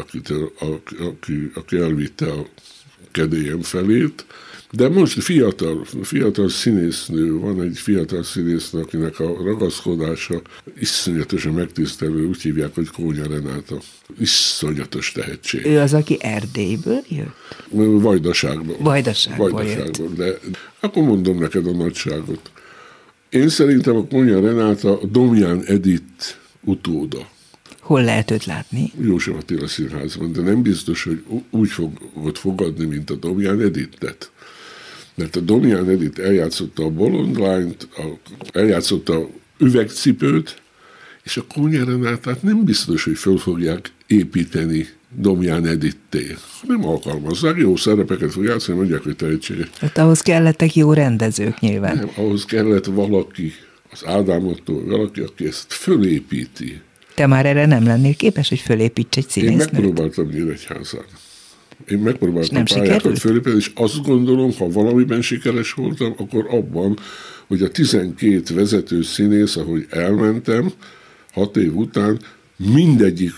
S3: aki elvitte a kedélyem felét, de most fiatal színésznő, van egy fiatal színésznő, akinek a ragaszkodása iszonyatosan megtisztelő, úgy hívják, hogy Kónya Renáta. Iszonyatos tehetség.
S2: Ő az, aki Erdélyből jött?
S3: Vajdaságból.
S2: Vajdaságból jött.
S3: De akkor mondom neked a nagyságot. Én szerintem a Kónya Renáta a Domján Edith utóda.
S2: Hol lehet őt látni?
S3: József Attila Színházban, de nem biztos, hogy úgy fogod fogadni, mint a Domján Edithet. Mert a Domján Edith eljátszotta a bolond lányt, eljátszotta a üvegcipőt, És a Kónya Renátát nem biztos, hogy föl fogják építeni Domján Editté. Nem alkalmazzák, jó szerepeket fog játszani, mondják, hogy tehetséges.
S2: Hát ahhoz kellettek jó rendezők nyilván.
S3: Nem, ahhoz kellett valaki, az Ádámottól valaki, aki ezt fölépíti.
S2: Te már erre nem lennél képes, hogy fölépíts egy színésznőt?
S3: Én megpróbáltam Nyíregyházán. Én megpróbáltam pályákat fölépíteni, és azt gondolom, ha valamiben sikeres voltam, akkor abban, hogy a 12 vezető színész, ahogy elmentem, 6 év után mindegyik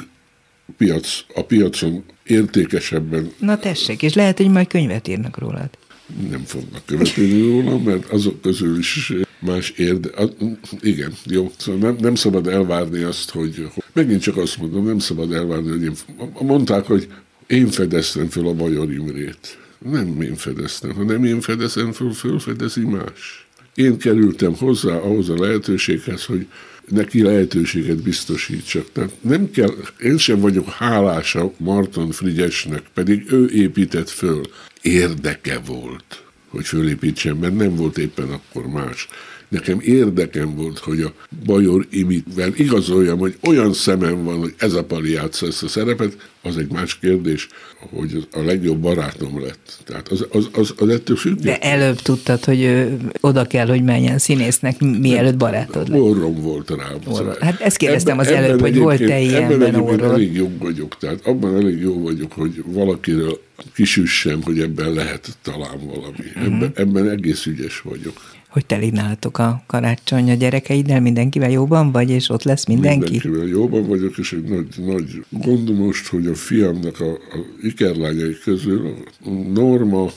S3: a piacon értékesebben.
S2: Na tessék, és lehet, hogy majd könyvet írnak rólad.
S3: Nem fognak követni róla, mert azok közül is más igen, jó. Szóval nem szabad elvárni azt, hogy megint csak azt mondom, nem szabad elvárni, hogy mondták, hogy én fedeztem föl a Bajor Imrét. Nem én fedeztem, hanem én fedezem föl, fölfedezi más. Én kerültem hozzá ahhoz a lehetőséghez, hogy neki lehetőséget biztosítsak. Tehát nem kell, én sem vagyok hálása Marton Frigyesnek, pedig ő épített föl. Érdeke volt, hogy fölépítsen, mert nem volt éppen akkor más. Nekem érdekem volt, hogy a Bajor Imivel igazoljam, hogy olyan szemem van, hogy ez a pali játsza ezt a szerepet, az egy más kérdés, hogy a legjobb barátom lett. Tehát az ettől függ.
S2: De előbb tudtad, hogy oda kell, hogy menjen színésznek, mielőtt barátod lett.
S3: Orrom volt rá.
S2: Hát ezt kérdeztem az előbb, hogy volt-e ilyenben orrod.
S3: Elég jó vagyok, tehát abban elég jó vagyok, hogy valakiről kisüssem, hogy ebben lehet talán valami. Ebben egész ügyes vagyok.
S2: Hogy telik nálatok a karácsony a gyerekeiddel, mindenkivel jóban vagy, és ott lesz mindenki?
S3: Mindenkivel jóban vagyok, és egy nagy gondom most, hogy a fiamnak a ikerlányai közül Norma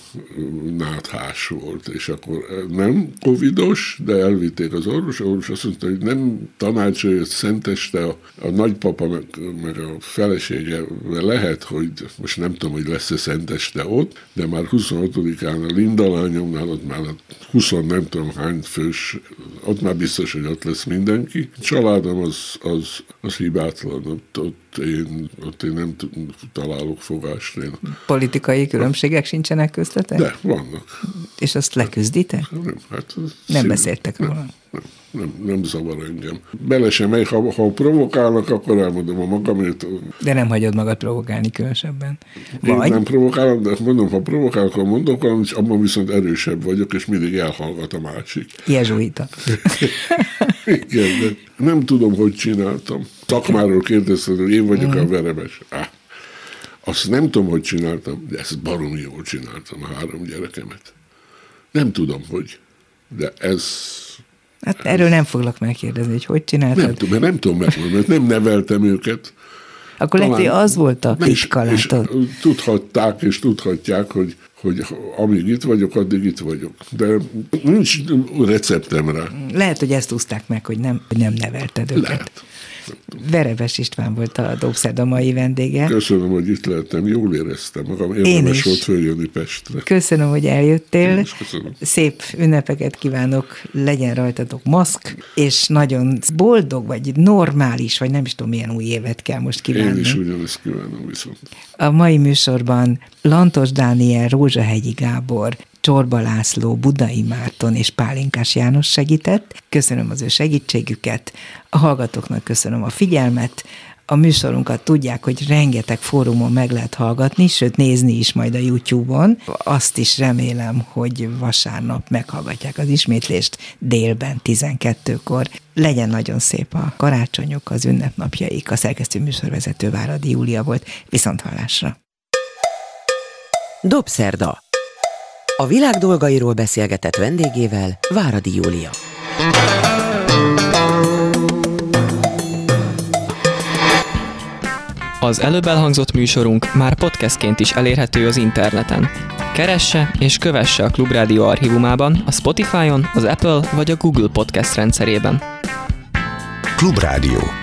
S3: náthás volt, és akkor nem covidos, de elvitték az orvos azt mondta, hogy nem tanácsolja, hogy szenteste a nagypapa meg a felesége lehet, hogy most nem tudom, hogy lesz-e szenteste ott, de már 26-án a Linda lányomnál, ott már 20 nem tudom hány fős, ott már biztos, hogy ott lesz mindenki. A családom az hibátlan, ott én nem találok fogást.
S2: Politikai különbségek sincsenek köztetek?
S3: De, vannak.
S2: És azt leküzditek?
S3: Nem, hát
S2: nem beszéltek róla?
S3: Nem zavar engem. Bele sem megy, ha provokálnak, akkor elmondom a magamért.
S2: De nem hagyod magad provokálni különösebben.
S3: Én nem provokálom, de mondom, ha provokálok, akkor mondok valamit, és abban viszont erősebb vagyok, és mindig elhallgat a másik.
S2: Jezsuita.
S3: Igen, de nem tudom, hogy csináltam. Szakmáról kérdezted, hogy én vagyok a verebes. Azt nem tudom, hogy csináltam, de ezt baromi jól csináltam, a 3 gyerekemet. Nem tudom, hogy, de ez...
S2: Hát erről nem foglak megkérdezni, hogy csináltad.
S3: Nem tudom megmondani, mert nem neveltem őket.
S2: Akkor lehet, hogy az volt a titka, látod.
S3: Tudhatták és tudhatják, hogy amíg itt vagyok, addig itt vagyok. De nincs receptem rá.
S2: Lehet, hogy ezt úszták meg, hogy nem nevelted őket.
S3: Lehet.
S2: Verebes István volt a Dobszerda mai vendége.
S3: Köszönöm, hogy itt lehettem, jól éreztem magam. Érdemes volt följönni Pestre.
S2: Köszönöm, hogy eljöttél.
S3: Köszönöm.
S2: Szép ünnepeket kívánok, legyen rajtatok maszk, és nagyon boldog, vagy normális, vagy nem is tudom, milyen új évet kell most kívánni.
S3: Én is ugyanezt kívánom viszont.
S2: A mai műsorban Lantos Dániel, Rózsahegyi Gábor, Csorba László, Budai Márton és Pálinkás János segített. Köszönöm az ő segítségüket. A hallgatóknak köszönöm a figyelmet. A műsorunkat tudják, hogy rengeteg fórumon meg lehet hallgatni, sőt nézni is majd a YouTube-on. Azt is remélem, hogy vasárnap meghallgatják az ismétlést délben 12-kor. Legyen nagyon szép a karácsonyok, az ünnepnapjaik. A szerkesztő műsorvezető Váradi Júlia volt. Viszonthallásra.
S1: Dobszerda. A világ dolgairól beszélgetett vendégével Váradi Júlia.
S4: Az előbb elhangzott műsorunk már podcastként is elérhető az interneten. Keresse és kövesse a Klubrádió archívumában, a Spotify-on, az Apple vagy a Google Podcast rendszerében.
S5: Klubrádió.